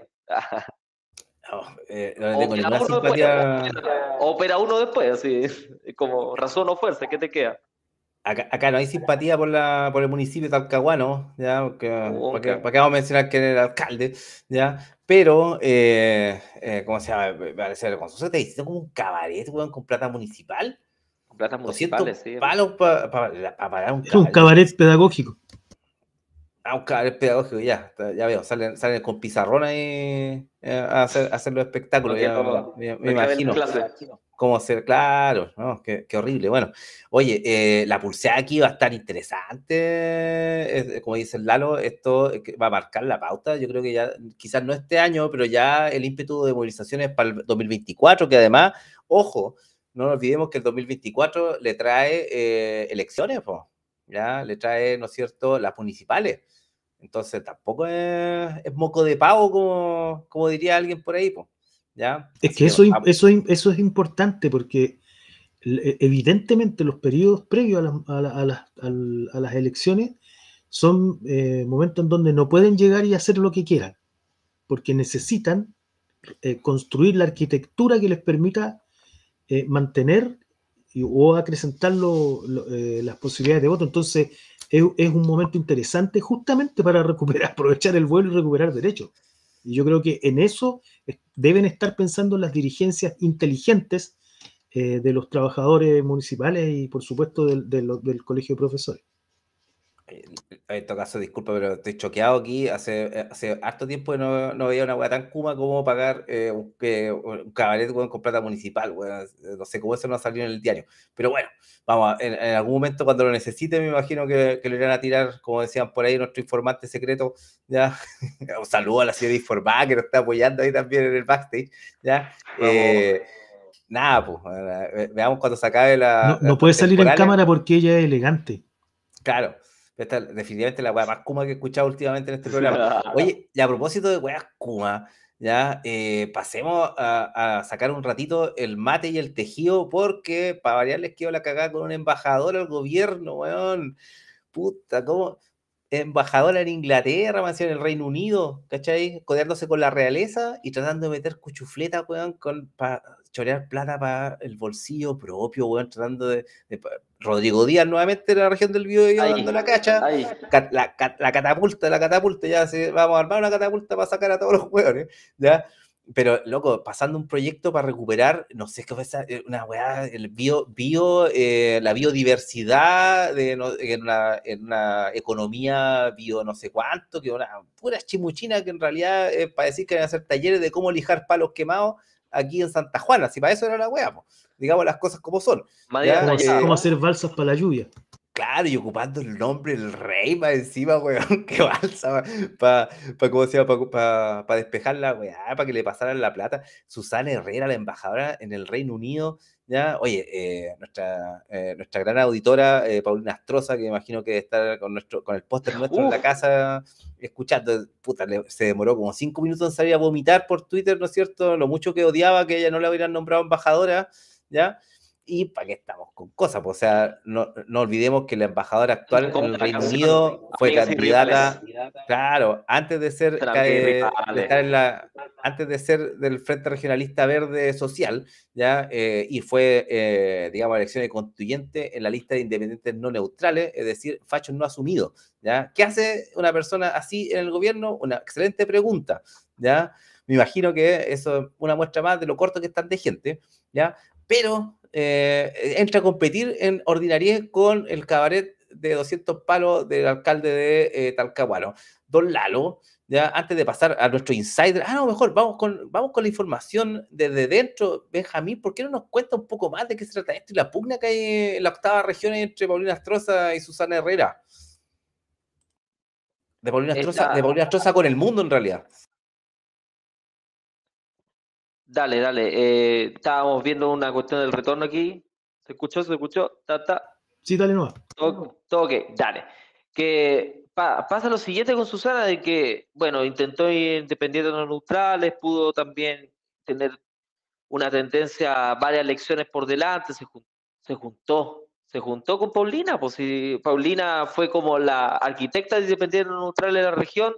Speaker 1: No, eh, no le tengo
Speaker 3: Opera
Speaker 1: ninguna
Speaker 3: uno después,
Speaker 1: simpatía.
Speaker 3: opera uno después, así, como razón o fuerza, ¿qué te queda?
Speaker 1: Acá, acá no hay simpatía por, la, por el municipio de Talcahuano, ¿ya? Porque, ¿para qué,
Speaker 3: Nunca.
Speaker 1: para qué vamos a mencionar quién era el alcalde? ¿Ya? Pero, eh, eh, ¿cómo se llama? Me parece con su te hicieron como un cabaret, weón, con plata municipal.
Speaker 3: Con platas
Speaker 1: doscientos
Speaker 3: municipales, sí.
Speaker 1: palos para pa, pa, pa parar un
Speaker 2: Era un
Speaker 1: cabaret.
Speaker 2: cabaret pedagógico.
Speaker 1: Ah, un cabaret pedagógico, ya, ya veo, salen, salen con pizarrón ahí eh, a, hacer, a hacer los espectáculos, ya, me, me imagino. Cómo ser, claro, ¿no? Qué, qué horrible. Bueno, oye, eh, la pulseada aquí va a estar interesante, es, como dice el Lalo, esto va a marcar la pauta, yo creo que ya, quizás no este año, pero ya el ímpetu de movilizaciones para el dos mil veinticuatro, que además, ojo, no nos olvidemos que el dos mil veinticuatro le trae eh, elecciones, po, ya, le trae, ¿no es cierto?, las municipales. Entonces tampoco es, es moco de pavo, como, como diría alguien por ahí, po, ¿ya?
Speaker 2: Es
Speaker 1: Así
Speaker 2: que
Speaker 1: que
Speaker 2: eso,
Speaker 1: vamos.
Speaker 2: eso, eso es importante porque evidentemente los periodos previos a, la, a, la, a, las, a las elecciones son eh, momentos en donde no pueden llegar y hacer lo que quieran, porque necesitan eh, construir la arquitectura que les permita eh, mantener y, o acrecentar lo, lo, eh, las posibilidades de voto. Entonces es, es un momento interesante justamente para recuperar, aprovechar el vuelo y recuperar derechos. Y yo creo que en eso deben estar pensando las dirigencias inteligentes eh, de los trabajadores municipales y por supuesto del, del, del colegio de profesores.
Speaker 1: En todo caso, disculpa, pero estoy choqueado aquí. Hace, hace harto tiempo que no, no veía una weá tan kuma como pagar eh, un, que, un cabaret weón, con plata municipal. Weón. No sé cómo eso no salió en el diario. Pero bueno, vamos, a, en, en algún momento cuando lo necesite, me imagino que, que lo irán a tirar, como decían por ahí, nuestro informante secreto. ¿Ya? Un saludo a la señora informada que nos está apoyando ahí también en el backstage. ¿Ya? Eh, nada, pues, veamos cuando se acabe la.
Speaker 2: No, no puede salir en cámara porque ella es elegante.
Speaker 1: Claro. Esta es definitivamente la weá más kuma que he escuchado últimamente en este programa. Oye, y a propósito de weas kuma, ya eh, pasemos a, a sacar un ratito el mate y el tejido, porque para variar les quedó la cagada con un embajador al gobierno, weón. Puta, ¿cómo? Embajadora en Inglaterra, más en el Reino Unido, ¿cachai? Codeándose con la realeza y tratando de meter cuchufleta, weón, con, para chorear plata para el bolsillo propio, weón, tratando de, de... Rodrigo Díaz nuevamente en la región del Biobío dando la cacha, Cat, la, la catapulta, la catapulta, ya se, vamos a armar una catapulta para sacar a todos los weones, ¿ya? Pero, loco, pasando un proyecto para recuperar, no sé qué fue esa, una weá, el bio, bio eh, la biodiversidad de, no, en, una, en una economía bio no sé cuánto, que una pura chimuchina que en realidad es para decir que van a hacer talleres de cómo lijar palos quemados aquí en Santa Juana, si para eso era la weá, po. Digamos las cosas como son.
Speaker 2: ¿Ya? ¿Cómo, eh, ¿Cómo hacer balsas para la lluvia?
Speaker 1: Claro, y ocupando el nombre del rey más encima, weón, qué balsa, para pa, ¿cómo se llama? Para pa, pa despejar la weá, para que le pasaran la plata. Susana Herrera, la embajadora en el Reino Unido, ya, oye, eh, nuestra, eh, nuestra gran auditora, eh, Paulina Astroza, que me imagino que está con, nuestro, con el póster nuestro Uf. en la casa, escuchando, puta, le, se demoró como cinco minutos en salir a vomitar por Twitter, ¿no es cierto? Lo mucho que odiaba que ella no la hubieran nombrado embajadora, ¿ya? y para qué estamos con cosas. Pues, o sea, no, no olvidemos que la embajadora actual en el Reino Unido fue candidata, claro, antes de ser de estar en la, antes de ser del Frente Regionalista Verde Social, ya eh, y fue, eh, digamos, elecciones constituyentes en la lista de independientes no neutrales, es decir, fachos no asumidos. ¿Ya? ¿Qué hace una persona así en el gobierno? Una excelente pregunta, ¿ya? Me imagino que eso es una muestra más de lo corto que están de gente, ¿ya? Pero eh, entra a competir en ordinariedad con el cabaret de doscientos palos del alcalde de eh, Talcahuano, don Lalo. Ya, antes de pasar a nuestro insider, ah, no, mejor, vamos con, vamos con la información desde dentro. Benjamín, ¿por qué no nos cuenta un poco más de qué se trata esto y la pugna que hay en la octava región entre Paulina Astroza y Susana Herrera? De Paulina Astroza, de Paulina Astroza con el mundo, en realidad.
Speaker 3: Dale, dale. Eh, estábamos viendo una cuestión del retorno aquí. ¿Se escuchó? ¿Se escuchó? ¿Ta, ta?
Speaker 2: Sí, dale, no.
Speaker 3: Todo, todo ok, dale. Que pa, pasa lo siguiente con Susana, de que, bueno, intentó ir independientes no neutrales, pudo también tener una tendencia a varias elecciones por delante, se, se juntó, se juntó con Paulina, pues si Paulina fue como la arquitecta de independientes no neutrales de la región,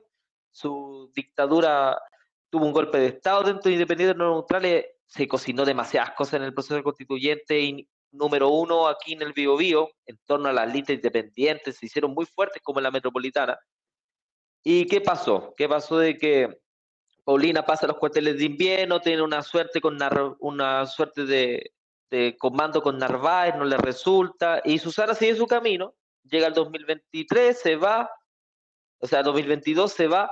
Speaker 3: su dictadura tuvo un golpe de Estado dentro de independientes no neutrales, se cocinó demasiadas cosas en el proceso constituyente y número uno aquí en el Biobío, en torno a las listas independientes, se hicieron muy fuertes como en la metropolitana. ¿Y qué pasó? ¿Qué pasó de que Paulina pasa los cuarteles de invierno, tiene una suerte con Nar una suerte de, de comando con Narváez, no le resulta, y Susana sigue su camino, llega al dos mil veintitrés, se va, o sea, dos mil veintidós se va,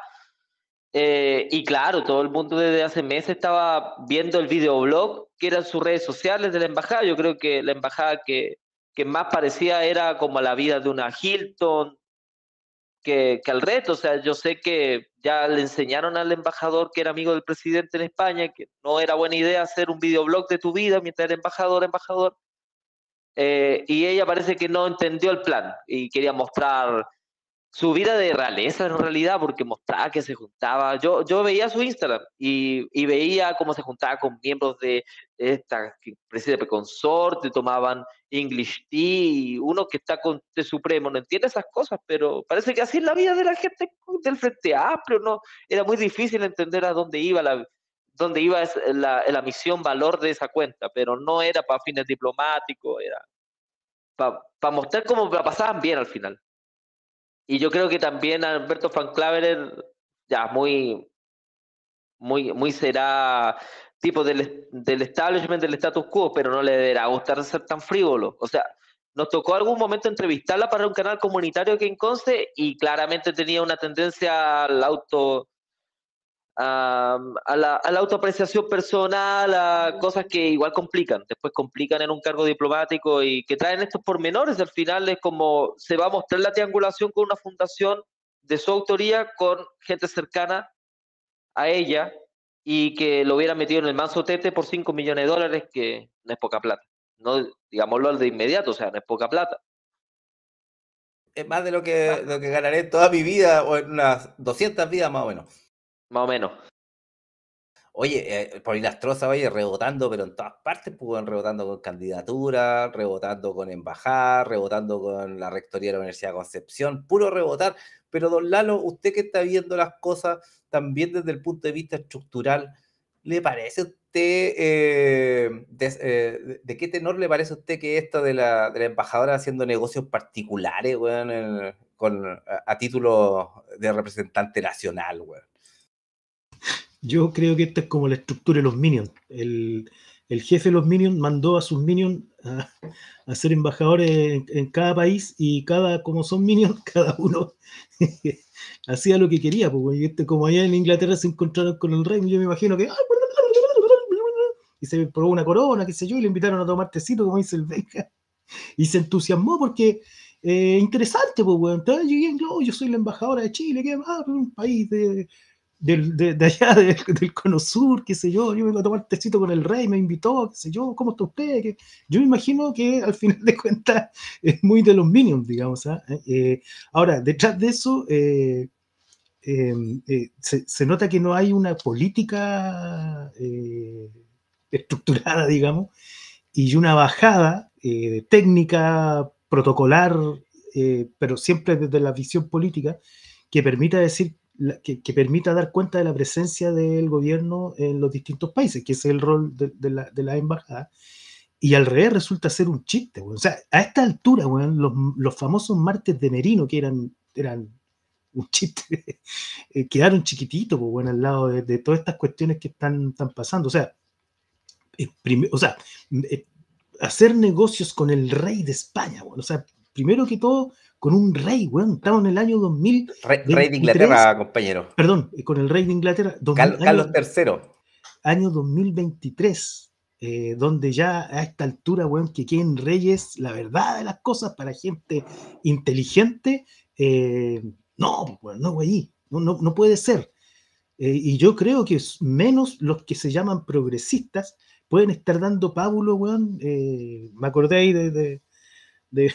Speaker 3: eh, y claro, todo el mundo desde hace meses estaba viendo el videoblog que eran sus redes sociales de la embajada. Yo creo que la embajada que, que más parecía era como la vida de una Hilton, Que, que al reto, o sea, yo sé que ya le enseñaron al embajador que era amigo del presidente en España, que no era buena idea hacer un videoblog de tu vida mientras era embajador, embajador, eh, y ella parece que no entendió el plan y quería mostrar su vida de realeza en realidad, porque mostraba que se juntaba, yo, yo veía su Instagram y, y veía cómo se juntaba con miembros de esta presidente consorte, tomaban English Tea, y uno que está con Té Supremo no entiende esas cosas, pero parece que así es la vida de la gente del Frente Amplio, ¿no? Era muy difícil entender a dónde iba la, dónde iba la, la misión valor de esa cuenta, pero no era para fines diplomáticos, era para pa mostrar cómo la pasaban bien al final. Y yo creo que también Alberto Van Claveren, ya muy, muy, muy será tipo del, del establishment, del status quo, pero no le deberá gustar ser tan frívolo. O sea, nos tocó algún momento entrevistarla para un canal comunitario que en Conce y claramente tenía una tendencia al auto, a, a, la, a la autoapreciación personal, a cosas que igual complican, después complican en un cargo diplomático y que traen estos pormenores. Al final es como se va a mostrar la triangulación con una fundación de su autoría con gente cercana a ella y que lo hubiera metido en el manso tete por cinco millones de dólares, que no es poca plata. No, digámoslo de inmediato, o sea, no es poca plata.
Speaker 1: Es más de lo que, de lo que ganaré toda mi vida, o en unas doscientas vidas más o menos.
Speaker 3: Más o menos.
Speaker 1: Oye, eh, Paulina Astroza, oye, rebotando, pero en todas partes, pues, rebotando con candidatura, rebotando con embajada, rebotando con la rectoría de la Universidad de Concepción, puro rebotar. Pero, don Lalo, usted que está viendo las cosas también desde el punto de vista estructural, ¿le parece a usted, eh, de, eh, de, de qué tenor le parece a usted que esto de la, de la embajadora haciendo negocios particulares, weón, en, con, a, a título de representante nacional, weón?
Speaker 2: Yo creo que esta es como la estructura de los Minions. El, el jefe de los Minions mandó a sus Minions a, a ser embajadores en, en cada país, y cada, como son Minions, cada uno hacía lo que quería. Pues, y este, como allá en Inglaterra se encontraron con el rey, yo me imagino que y se probó una corona, qué sé yo, y le invitaron a tomar tecito, como dice el Benja, y se entusiasmó porque eh, interesante, pues, bueno. Entonces llegué, yo, yo soy la embajadora de Chile, que ah, un país de De, de, de allá de, del Cono Sur, qué sé yo, yo me iba a tomar tecito con el rey, me invitó, qué sé yo, ¿cómo está usted? ¿Qué? Yo me imagino que al final de cuentas es muy de los Minions, digamos. ¿eh? Eh, ahora, detrás de eso, eh, eh, eh, se, se nota que no hay una política eh, estructurada, digamos, y una bajada eh, técnica, protocolar, eh, pero siempre desde la visión política, que permita decir, que, que permita dar cuenta de la presencia del gobierno en los distintos países, que ese es el rol de, de la, de la embajada. Y al revés resulta ser un chiste, güey. O sea, a esta altura, güey, los, los famosos martes de Merino, que eran, eran un chiste, eh, quedaron chiquititos, pues, bueno, al lado de, de todas estas cuestiones que están, están pasando. O sea, eh, prim- o sea eh, hacer negocios con el rey de España, bueno, o sea, primero que todo, con un rey, bueno, estamos en el año dos mil
Speaker 1: Rey,
Speaker 2: veintitrés,
Speaker 1: rey de Inglaterra, compañero.
Speaker 2: perdón, con el rey de Inglaterra, dos mil,
Speaker 1: Carlos, Carlos
Speaker 2: año,
Speaker 1: tercero.
Speaker 2: año dos mil veintitrés, eh, donde ya a esta altura, bueno, que queden reyes, la verdad de las cosas para gente inteligente, eh, no, bueno, no, güey, no, no, no puede ser. Eh, y yo creo que menos los que se llaman progresistas pueden estar dando pábulo, weón. Eh, me acordé ahí de, de, de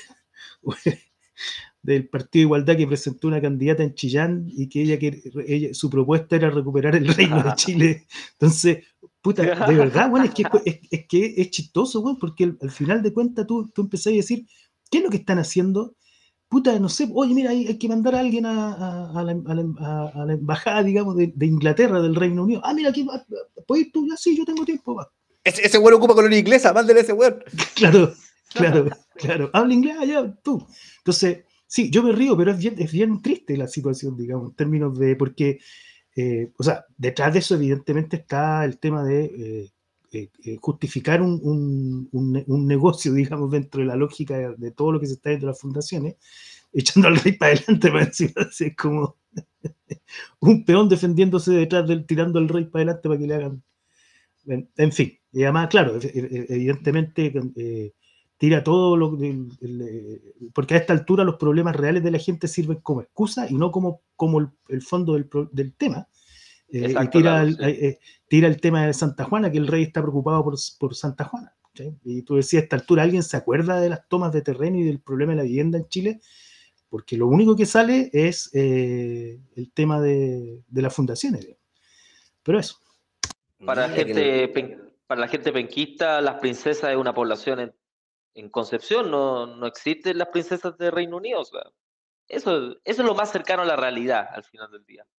Speaker 2: del Partido de Igualdad que presentó una candidata en Chillán y que ella, que ella su propuesta era recuperar el reino de Chile. Entonces, puta, de verdad, weón, es que es, es, que es chistoso, weón, porque al, al final de cuentas tú, tú empezás a decir, ¿qué es lo que están haciendo? Puta, no sé, oye, mira, hay, hay que mandar a alguien a, a, a, la, a, la, a la embajada, digamos, de, de Inglaterra, del Reino Unido. Ah, mira, aquí, ¿puedes ir tú? Ya, sí, yo tengo tiempo, va.
Speaker 1: Ese, ese güey ocupa colonia inglesa, mándale ese güey.
Speaker 2: Claro, claro, claro. Habla inglés allá, tú. Entonces, sí, yo me río, pero es bien, es bien triste la situación, digamos, en términos de, porque, eh, o sea, detrás de eso evidentemente está el tema de eh, eh, eh, justificar un, un, un, un negocio, digamos, dentro de la lógica de, de todo lo que se está dentro de las fundaciones, echando al rey para adelante, para decir así, es como un peón defendiéndose detrás del, tirando al rey para adelante para que le hagan. En, en fin, y además, claro, evidentemente eh, tira todo lo el, el, porque a esta altura los problemas reales de la gente sirven como excusa y no como, como el, el fondo del, del tema. Eh, Exacto, y tira, claro, el, sí. eh, tira el tema de Santa Juana, que el rey está preocupado por, por Santa Juana. ¿Sí? Y tú decías, a esta altura, ¿alguien se acuerda de las tomas de terreno y del problema de la vivienda en Chile? Porque lo único que sale es eh, el tema de, de las fundaciones. Digamos. Pero eso.
Speaker 3: Para, gente, pen, para la gente penquista, las princesas es una población en, en Concepción, no, no existen las princesas de Reino Unido. O sea, eso, eso es lo más cercano a la realidad al final del día.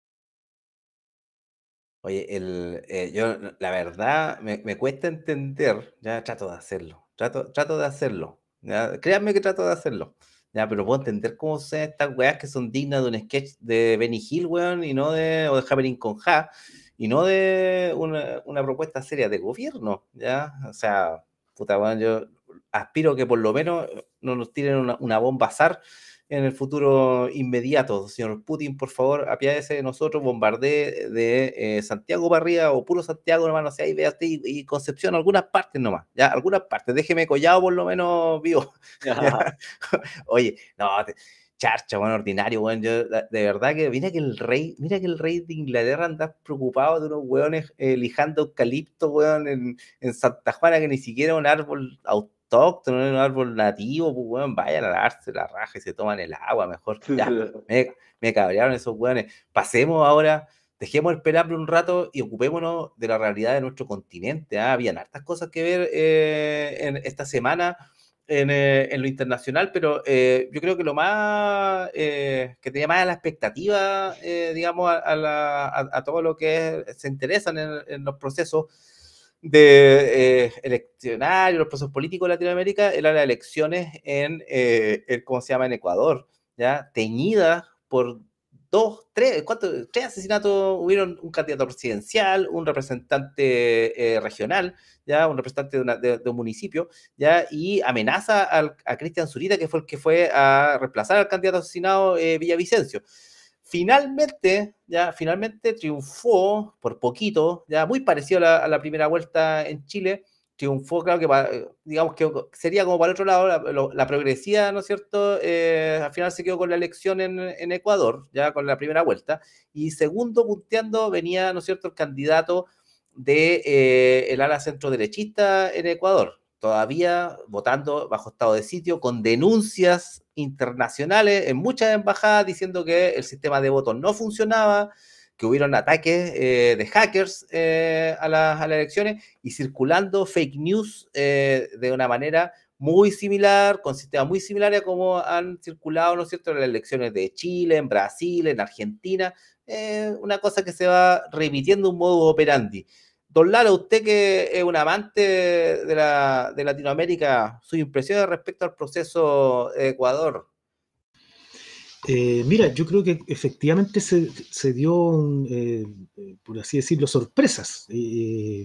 Speaker 1: Oye, el, eh, yo la verdad me, me cuesta entender, ya trato de hacerlo, trato, trato de hacerlo, ya, créanme que trato de hacerlo, ya, pero puedo entender cómo son estas weas que son dignas de un sketch de Benny Hill, weón, y no de, o de Happening con Ja, y no de una, una propuesta seria de gobierno, ya, o sea, puta, weón, yo aspiro que por lo menos no nos tiren una, una bomba azar en el futuro inmediato. Señor Putin, por favor, apiádese de nosotros, bombardee de eh, Santiago para arriba o puro Santiago nomás, no sé, ahí vea usted y, y Concepción, algunas partes nomás, ya, algunas partes, déjeme Collado por lo menos vivo. Oye, no, te, charcha, bueno, ordinario, bueno, yo, de verdad que, mira que el rey, mira que el rey de Inglaterra anda preocupado de unos hueones eh, lijando eucalipto, hueón, en, en Santa Juana, que ni siquiera un árbol autóctono, un árbol nativo, pues, hueón, vayan a darse la raja y se toman el agua mejor. Ya, me, me cabrearon esos hueones. Pasemos ahora, dejemos el pelambre un rato y ocupémonos de la realidad de nuestro continente. ¿eh? Habían hartas cosas que ver eh, en esta semana. En, eh, en lo internacional, pero eh, yo creo que lo más eh, que tenía más a la expectativa, eh, digamos, a, a, la, a, a todo lo que es, se interesan en, en los procesos de eh, eleccionarios, los procesos políticos de Latinoamérica, eran las elecciones en, eh, en, ¿cómo se llama?, en Ecuador, ¿ya? Teñidas por dos, tres, ¿cuántos? Tres asesinatos, hubieron un candidato presidencial, un representante eh, regional, ya, un representante de, una, de, de un municipio, ya, y amenaza al, a Cristian Zurita, que fue el que fue a reemplazar al candidato asesinado eh, Villavicencio. Finalmente, ya, finalmente triunfó por poquito, ya, muy parecido a la, a la primera vuelta en Chile, triunfó, claro que digamos que sería como para el otro lado, la, la progresía, ¿no es cierto? Eh, al final se quedó con la elección en, en Ecuador, ya con la primera vuelta, y segundo punteando venía, ¿no es cierto?, el candidato de eh, el ala centro derechista en Ecuador, todavía votando bajo estado de sitio, con denuncias internacionales en muchas embajadas diciendo que el sistema de votos no funcionaba, que hubieron ataques eh, de hackers eh, a, la, a las elecciones y circulando fake news eh, de una manera muy similar, con sistemas muy similares a como han circulado, ¿no es cierto?, en las elecciones de Chile, en Brasil, en Argentina, eh, una cosa que se va repitiendo un modo operandi. Don Lalo, usted que es un amante de, la, de Latinoamérica, sus impresiones respecto al proceso de Ecuador.
Speaker 2: Eh, mira, yo creo que efectivamente se, se dio, un, eh, por así decirlo, sorpresas. Eh,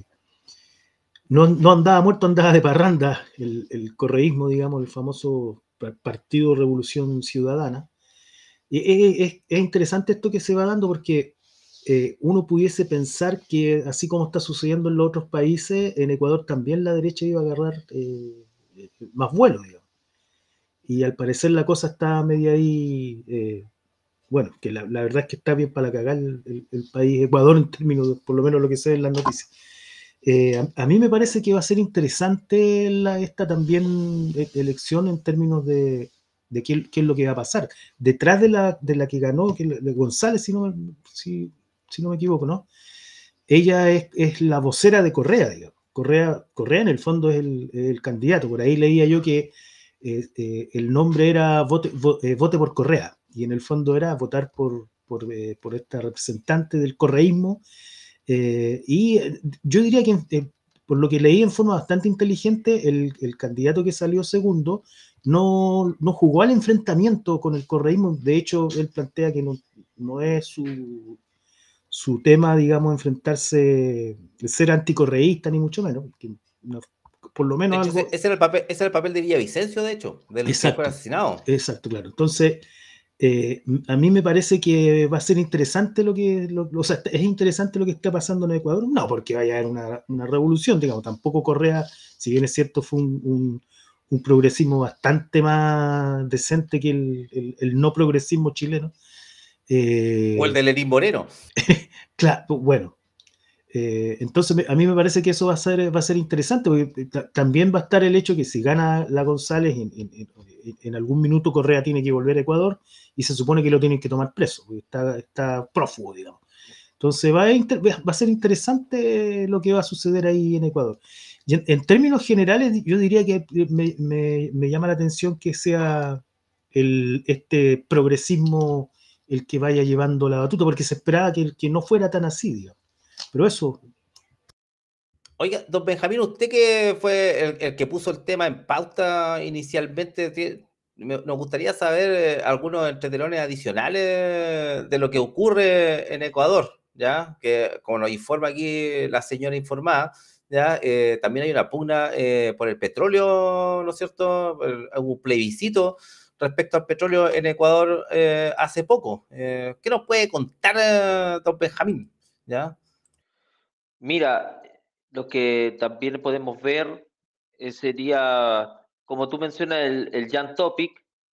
Speaker 2: no, no andaba muerto, andaba de parranda el, el correísmo, digamos, el famoso Partido Revolución Ciudadana. Y es, es, es interesante esto que se va dando porque eh, uno pudiese pensar que, así como está sucediendo en los otros países, en Ecuador también la derecha iba a agarrar eh, más vuelo, digamos. Y al parecer la cosa está media ahí, eh, bueno, que la, la, verdad es que está bien para cagar el, el, el país Ecuador en términos, de, por lo menos lo que se ve en las noticias. Eh, a, a mí me parece que va a ser interesante la, esta también elección en términos de, de qué, qué, es lo que va a pasar. Detrás de la, de la que ganó, que de González, si no, si, si no me equivoco, ¿no? Ella es, es la vocera de Correa, digamos. Correa, Correa en el fondo es el, el candidato. Por ahí leía yo que eh, eh, el nombre era vote, vote, eh, vote por Correa, y en el fondo era votar por, por, eh, por esta representante del correísmo. Eh, y yo diría que, eh, por lo que leí en forma bastante inteligente, el, el candidato que salió segundo no, no jugó al enfrentamiento con el correísmo. De hecho, él plantea que no, no es su, su tema, digamos, enfrentarse, ser anticorreísta, ni mucho menos. Que no, por lo menos
Speaker 1: de hecho,
Speaker 2: algo...
Speaker 1: ese era el papel, ese era el papel de Villavicencio, de hecho, del
Speaker 2: exacto,
Speaker 1: que fue asesinado.
Speaker 2: Exacto, claro. Entonces, Eh, a mí me parece que va a ser interesante lo que, lo, o sea, es interesante lo que está pasando en Ecuador, no porque vaya a haber una, una revolución, digamos, tampoco Correa, si bien es cierto, fue un, un, un progresismo bastante más decente que el, el, el no progresismo chileno.
Speaker 1: Eh, o el de Lenín Moreno.
Speaker 2: Claro, bueno. Eh, entonces a mí me parece que eso va a ser, va a ser interesante, porque también va a estar el hecho que si gana la González, en, en, en, en algún minuto Correa tiene que volver a Ecuador y se supone que lo tienen que tomar preso, porque está, está prófugo, digamos. Entonces va a, inter, va a ser interesante lo que va a suceder ahí en Ecuador. Y en, en términos generales, yo diría que me, me, me llama la atención que sea el, este progresismo el que vaya llevando la batuta, porque se esperaba que, que no fuera tan así, digamos. Pero eso.
Speaker 1: Oiga, don Benjamín, usted que fue el, el que puso el tema en pauta inicialmente, me, nos gustaría saber eh, algunos entretelones adicionales de lo que ocurre en Ecuador, ¿ya? Que como nos informa aquí la señora informada, ¿ya? Eh, también hay una pugna eh, por el petróleo, ¿no es cierto? El, un plebiscito respecto al petróleo en Ecuador eh, hace poco. Eh, ¿Qué nos puede contar eh, don Benjamín? ¿Ya?
Speaker 3: Mira, lo que también podemos ver eh, sería, como tú mencionas, el, el Jan Topic,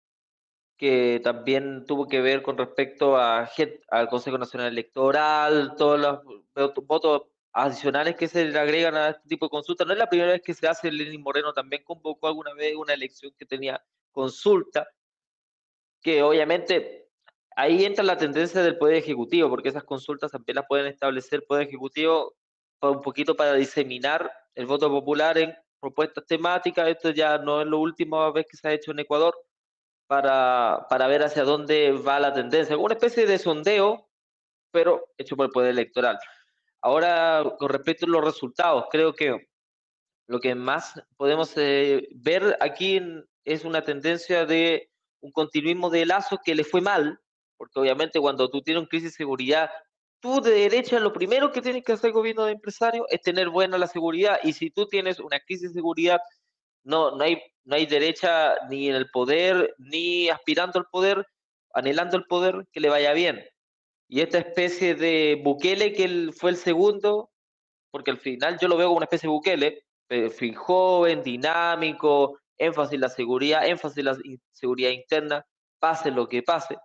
Speaker 3: que también tuvo que ver con respecto a, al Consejo Nacional Electoral, todos los votos adicionales que se le agregan a este tipo de consulta. No es la primera vez que se hace. Lenín Moreno también convocó alguna vez una elección que tenía consulta, que obviamente ahí entra la tendencia del Poder Ejecutivo, porque esas consultas también las pueden establecer el Poder Ejecutivo un poquito para diseminar el voto popular en propuestas temáticas. Esto ya no es la última vez que se ha hecho en Ecuador, para, para ver hacia dónde va la tendencia. Una especie de sondeo, pero hecho por el Poder Electoral. Ahora, con respecto a los resultados, creo que lo que más podemos eh, ver aquí en, es una tendencia de un continuismo de Lazo que le fue mal, porque obviamente cuando tú tienes una crisis de seguridad, tú de derecha lo primero que tienes que hacer el gobierno de empresarios es tener buena la seguridad, y si tú tienes una crisis de seguridad, no, no, hay, no hay derecha ni en el poder, ni aspirando al poder, anhelando el poder, que le vaya bien. Y esta especie de Bukele, que él fue el segundo, porque al final yo lo veo como una especie de Bukele, perfil joven, dinámico, énfasis en la seguridad, énfasis en la seguridad interna, pase lo que pase.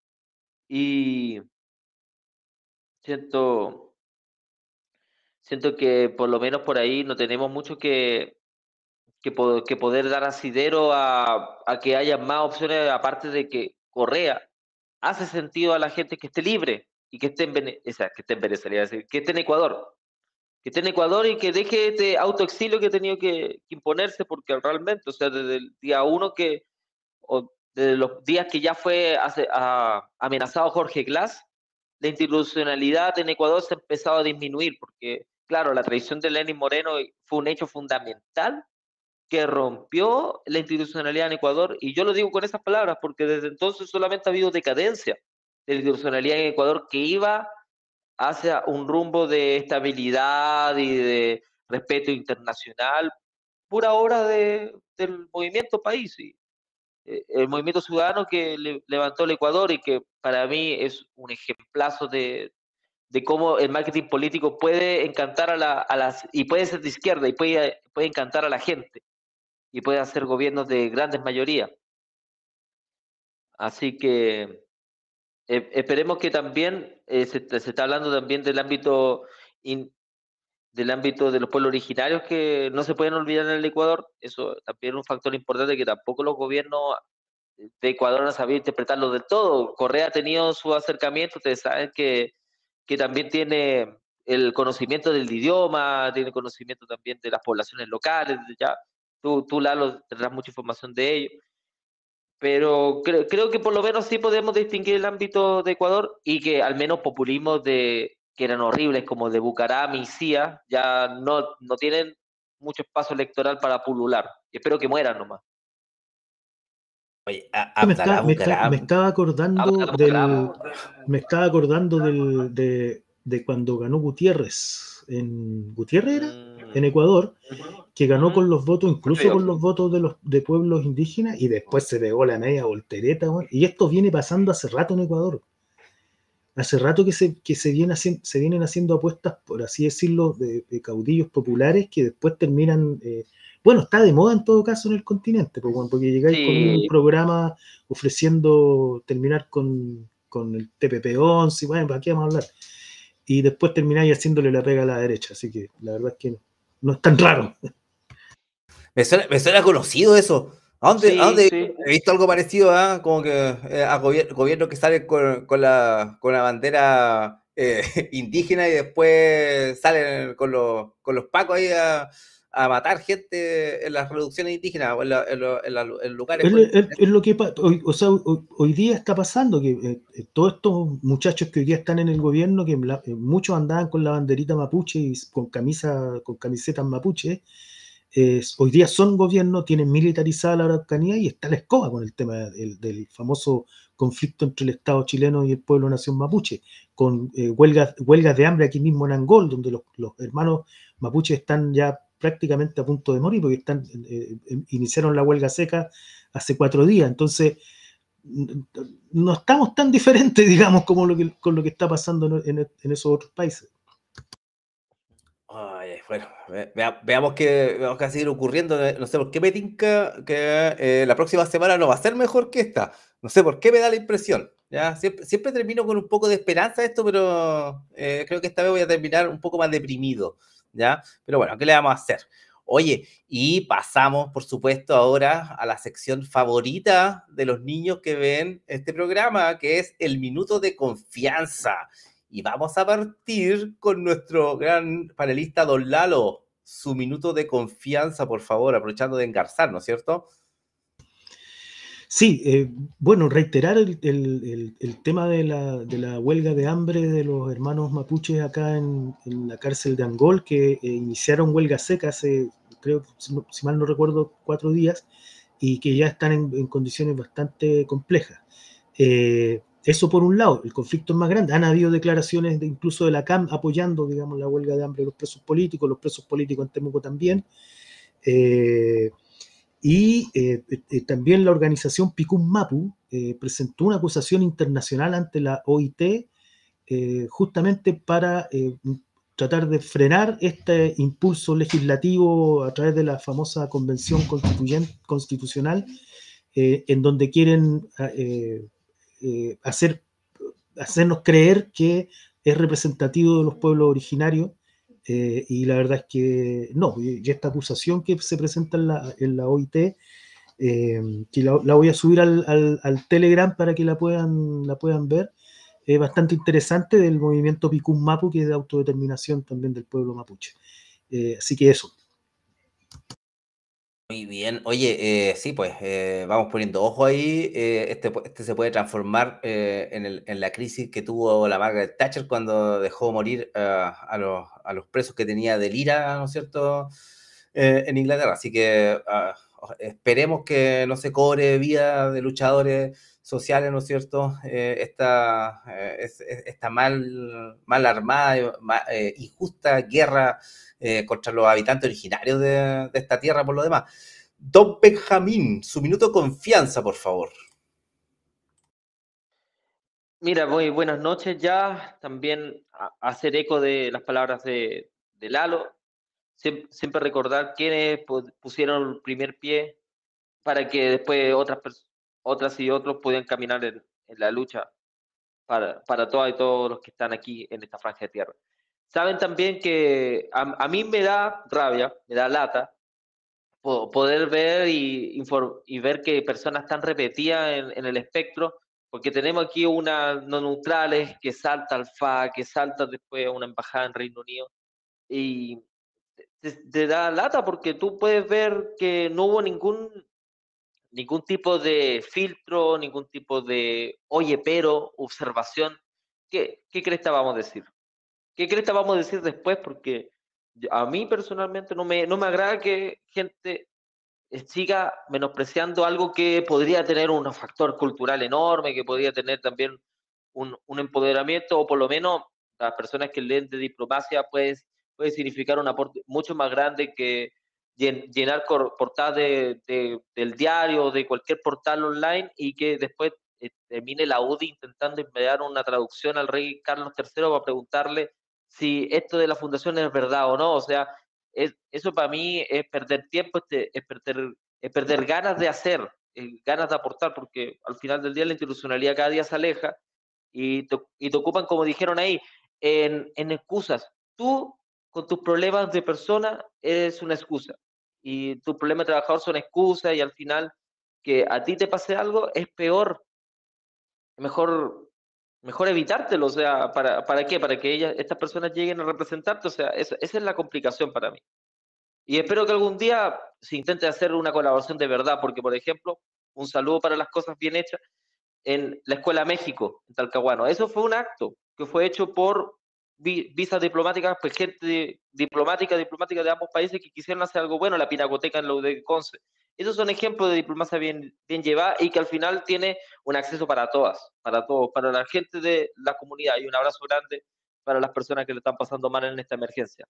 Speaker 3: Y siento, siento que por lo menos por ahí no tenemos mucho que, que, que poder dar asidero a, a que haya más opciones, aparte de que Correa hace sentido a la gente que esté libre y que esté en, Vene o sea, que esté en Venezuela, decir, que esté en Ecuador, que esté en Ecuador y que deje este autoexilio que ha tenido que, que imponerse, porque realmente, o sea, desde el día uno que, o desde los días que ya fue hace, a, amenazado Jorge Glass, la institucionalidad en Ecuador se ha empezado a disminuir, porque, claro, la traición de Lenín Moreno fue un hecho fundamental que rompió la institucionalidad en Ecuador, y yo lo digo con esas palabras, porque desde entonces solamente ha habido decadencia de la institucionalidad en Ecuador que iba hacia un rumbo de estabilidad y de respeto internacional, pura obra de, del movimiento país, y, eh, el movimiento ciudadano que le, levantó el Ecuador y que para mí es un ejemplazo de, de cómo el marketing político puede encantar a, la, a las, y puede ser de izquierda, y puede, puede encantar a la gente, y puede hacer gobiernos de grandes mayorías. Así que eh, esperemos que también, eh, se, se, está hablando también del ámbito, in, del ámbito de los pueblos originarios que no se pueden olvidar en el Ecuador. Eso también es un factor importante que tampoco los gobiernos de Ecuador no sabían interpretarlo del todo. Correa ha tenido su acercamiento, ustedes saben que, que también tiene el conocimiento del idioma, tiene conocimiento también de las poblaciones locales, ya tú, tú Lalo, tendrás mucha información de ello, pero creo, creo que por lo menos sí podemos distinguir el ámbito de Ecuador, y que al menos populismos de, que eran horribles como de Bucaram y Cía ya no, no tienen mucho espacio electoral para pulular. Espero que mueran nomás.
Speaker 1: Oye, a,
Speaker 2: me, está, me, está, me estaba acordando
Speaker 3: Abdalá
Speaker 2: del
Speaker 3: Bucaram.
Speaker 2: me estaba acordando del, de, de cuando ganó Gutiérrez en Gutiérrez era,
Speaker 3: mm.
Speaker 2: en Ecuador, que ganó
Speaker 3: uh-huh.
Speaker 2: con los votos, incluso
Speaker 3: Creo.
Speaker 2: con los votos de los de pueblos indígenas, y después se pegó la media voltereta, bueno, y esto viene pasando hace rato en Ecuador. Hace rato que se, que se, viene haciendo, se vienen haciendo apuestas, por así decirlo, de, de caudillos populares que después terminan, eh, bueno, está de moda en todo caso en el continente, porque, porque llegáis sí. con un programa ofreciendo terminar con, con el T P P once, y bueno, ¿para qué vamos a hablar? Y después termináis haciéndole la pega a la derecha, así que la verdad es que no, no es tan raro.
Speaker 1: Me suena, me suena conocido eso. ¿A dónde, sí, ¿a dónde sí. he visto algo parecido? ¿eh? Como que eh, a gobier gobierno que sale con, con, la, con la bandera eh, indígena y después salen con los, con los pacos ahí a, a matar gente en las reducciones indígenas o en, la, en, lo, en, la, en lugares.
Speaker 2: Es, es, es lo que hoy, o sea, hoy, hoy día está pasando, que eh, todos estos muchachos que hoy día están en el gobierno, que la, eh, muchos andaban con la banderita mapuche y con, camisa, con camisetas mapuche, Eh, hoy día son gobierno, tienen militarizada la Araucanía y está la escoba con el tema del, del famoso conflicto entre el Estado chileno y el pueblo nación mapuche, con eh, huelgas, huelgas de hambre aquí mismo en Angol, donde los, los hermanos mapuches están ya prácticamente a punto de morir, porque están, eh, iniciaron la huelga seca hace cuatro días. Entonces, no estamos tan diferentes, digamos, como lo que, con lo que está pasando en, en, en esos otros países.
Speaker 1: Ay, bueno, vea, veamos qué va a seguir ocurriendo. No sé por qué me tinca que eh, la próxima semana no va a ser mejor que esta. No sé por qué me da la impresión. ¿ya? Siempre, siempre termino con un poco de esperanza esto, pero eh, creo que esta vez voy a terminar un poco más deprimido. ¿ya? Pero bueno, ¿qué le vamos a hacer? Oye, y pasamos, por supuesto, ahora a la sección favorita de los niños que ven este programa, que es el Minuto de Confianza. Y vamos a partir con nuestro gran panelista, don Lalo. Su minuto de confianza, por favor, aprovechando de engarzar, ¿no es cierto?
Speaker 2: Sí, eh, bueno, reiterar el, el, el, el tema de la, de la huelga de hambre de los hermanos mapuches acá en, en la cárcel de Angol, que eh, iniciaron huelga seca hace, creo, si, si mal no recuerdo, cuatro días, y que ya están en, en condiciones bastante complejas. Eh, Eso por un lado, el conflicto es más grande. Han habido declaraciones de, incluso de la C A M apoyando, digamos, la huelga de hambre de los presos políticos, los presos políticos en Temuco también. Eh, y eh, eh, también la organización Picún Mapu eh, presentó una acusación internacional ante la O I T eh, justamente para eh, tratar de frenar este impulso legislativo a través de la famosa Convención Constitucional, eh, en donde quieren eh, Eh, hacer, hacernos creer que es representativo de los pueblos originarios, eh, y la verdad es que no, y esta acusación que se presenta en la, en la O I T, eh, que la, la voy a subir al, al, al Telegram para que la puedan, la puedan ver, eh, bastante interesante del movimiento Picún Mapu, que es de autodeterminación también del pueblo mapuche. Eh, así que eso.
Speaker 1: Muy bien. Oye, eh, sí, pues eh, vamos poniendo ojo ahí. eh, este, pu- este se puede transformar eh, en, el- en la crisis que tuvo la Margaret Thatcher cuando dejó morir ah, a, los, a los presos que tenía del IRA, ¿no es cierto?, Eh, en Inglaterra. Así que ah, o- esperemos que no se cobre vida de luchadores sociales, ¿no es cierto?, Eh, esta, eh, es- es- esta mal, mal armada, eh, ma- eh, injusta guerra eh, contra los habitantes originarios de, de esta tierra por lo demás. Don Benjamín, su minuto de confianza, por favor.
Speaker 3: Mira, muy buenas noches ya. También a- hacer eco de las palabras de, de Lalo. Siem- Siempre recordar quiénes pu- pusieron el primer pie para que después otras, pers- otras y otros puedan caminar en, en la lucha para, para todas y todos los que están aquí en esta franja de tierra. Saben también que a, a mí me da rabia, me da lata po- poder ver y, infor- y ver que personas están repetidas en, en el espectro, porque tenemos aquí unas no neutrales que salta al F A, que salta después a una embajada en Reino Unido, y te, te da lata porque tú puedes ver que no hubo ningún, ningún tipo de filtro, ningún tipo de oye, pero, observación. ¿Qué, qué crees que vamos a decir? ¿Qué crees que vamos a decir después? Porque a mí personalmente no me, no me agrada que gente eh, siga menospreciando algo que podría tener un factor cultural enorme, que podría tener también un, un empoderamiento, o por lo menos las personas que leen de diplomacia pues, puede significar un aporte mucho más grande que llen- llenar cor- portadas de, de- del diario, de cualquier portal online, y que después eh, termine la U D I intentando enviar una traducción al rey Carlos tercero para preguntarle si esto de la fundación es verdad o no. O sea, es, eso para mí es perder tiempo, este, es, perder, es perder ganas de hacer, eh, ganas de aportar, porque al final del día la institucionalidad cada día se aleja y te, y te ocupan, como dijeron ahí, en, en excusas. Tú, con tus problemas de persona, eres una excusa. Y tus problemas de trabajador son excusas, y al final que a ti te pase algo es peor. Mejor, mejor evitártelo. O sea, ¿para, para qué? Para que ellas, estas personas lleguen a representarte. O sea, esa, esa es la complicación para mí. Y espero que algún día se intente hacer una colaboración de verdad, porque, por ejemplo, un saludo para las cosas bien hechas en la Escuela México, en Talcahuano. Eso fue un acto que fue hecho por vi- visas diplomáticas, pues gente de- diplomática, diplomática de ambos países que quisieron hacer algo bueno, la Pinacoteca en la U D E Conce. Esos son ejemplos de diplomacia bien, bien llevada, y que al final tiene un acceso para todas, para todos, para la gente de la comunidad. Y un abrazo grande para las personas que le están pasando mal en esta emergencia.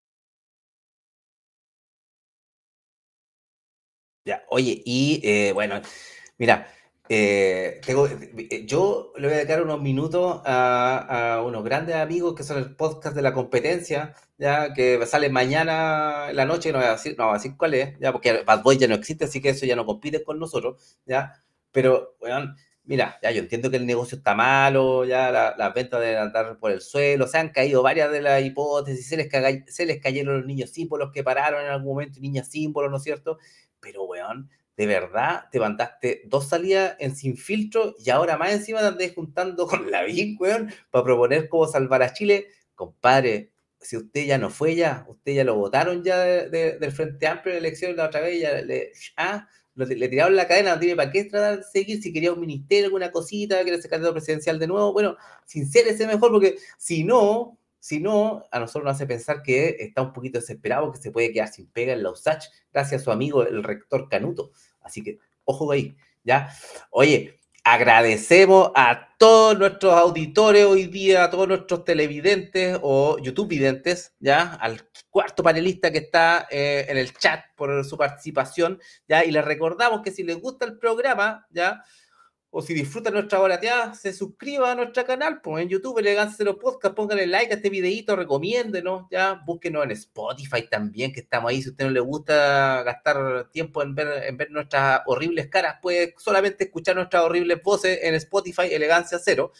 Speaker 1: Ya, oye, y eh, bueno, mira, eh, tengo- eh, yo le voy a dedicar unos minutos a, a unos grandes amigos que son el podcast de la competencia, ya que sale mañana en la noche, no voy a decir, no voy a decir cuál es, ya, porque Bad Boy ya no existe, así que eso ya no compite con nosotros, ya, pero, bueno, mira, ya yo entiendo que el negocio está malo, ya la- las ventas deben andar por el suelo, se han caído varias de las hipótesis, se les, caga- se les cayeron los niños símbolos que pararon en algún momento, niñas símbolos, ¿no es cierto? Pero, weón, de verdad, te mandaste dos salidas en Sin Filtro y ahora más encima te andas juntando con la Lavín, weón, para proponer cómo salvar a Chile. Compadre, si usted ya no fue ya, usted ya lo votaron ya de- de- del Frente Amplio en la elección la otra vez, ya le, ah, lo- le tiraron la cadena, no tiene para qué tratar de seguir, si quería un ministerio, alguna cosita, quiere ser candidato presidencial de nuevo, bueno, sincérese mejor, porque si no, si no, a nosotros nos hace pensar que está un poquito desesperado, que se puede quedar sin pega en la U S A C H, gracias a su amigo el rector Canuto. Así que, ojo ahí, ¿ya? Oye, agradecemos a todos nuestros auditores hoy día, a todos nuestros televidentes o YouTube videntes, ¿ya? Al cuarto panelista que está eh, en el chat por su participación, ¿ya? Y les recordamos que si les gusta el programa, ¿ya? O si disfrutan nuestra volatilidad, se suscriban a nuestro canal, pues en YouTube, Elegancia Cero Podcast, pónganle like a este videito, recomiéndenos, ya, búsquenos en Spotify también, que estamos ahí. Si a usted no le gusta gastar tiempo en ver, en ver nuestras horribles caras, puede solamente escuchar nuestras horribles voces en Spotify, Elegancia Cero.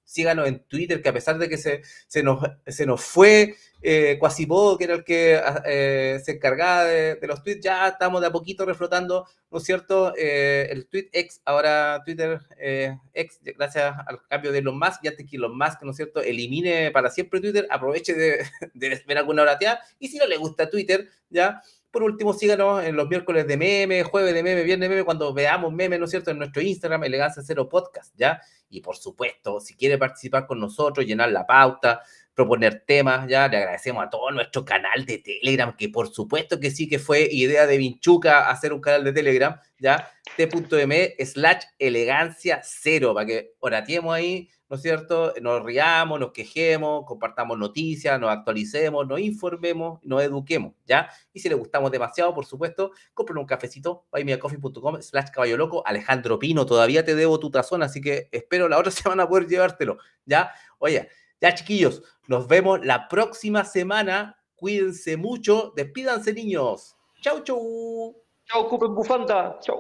Speaker 1: síganos en Twitter, que a pesar de que se, se, nos, se nos fue eh, Quasimodo, que era el que eh, se encargaba de, de los tweets, ya estamos de a poquito reflotando, ¿no es cierto? Eh, el tweet X, ahora Twitter eh, X, gracias al cambio de Elon Musk, ya te que Elon Musk, ¿no es cierto?, elimine para siempre Twitter, aproveche de, de ver alguna orateada, y si no le gusta Twitter, ya, por último, síganos en los miércoles de meme, jueves de meme, viernes de meme, cuando veamos memes, ¿no es cierto?, en nuestro Instagram, Elegancia Cero Podcast, ¿ya? Y por supuesto, si quiere participar con nosotros, llenar la pauta, proponer temas, ya, le agradecemos a todo nuestro canal de Telegram, que por supuesto que sí que fue idea de Vinchuca hacer un canal de Telegram, ya, t.m slash elegancia cero, para que oratiemos ahí, ¿no es cierto?, nos riamos, nos quejemos, compartamos noticias, nos actualicemos, nos informemos, nos eduquemos, ¿ya? Y si les gustamos demasiado, por supuesto, compren un cafecito, buymeacoffee.com slash caballo loco. Alejandro Pino, todavía te debo tu tazón, así que espero la otra semana poder llevártelo, ¿ya? Oye, ya chiquillos, nos vemos la próxima semana, cuídense mucho, despídanse niños, chau chau.
Speaker 3: Chao, ocupen bufanda, chao.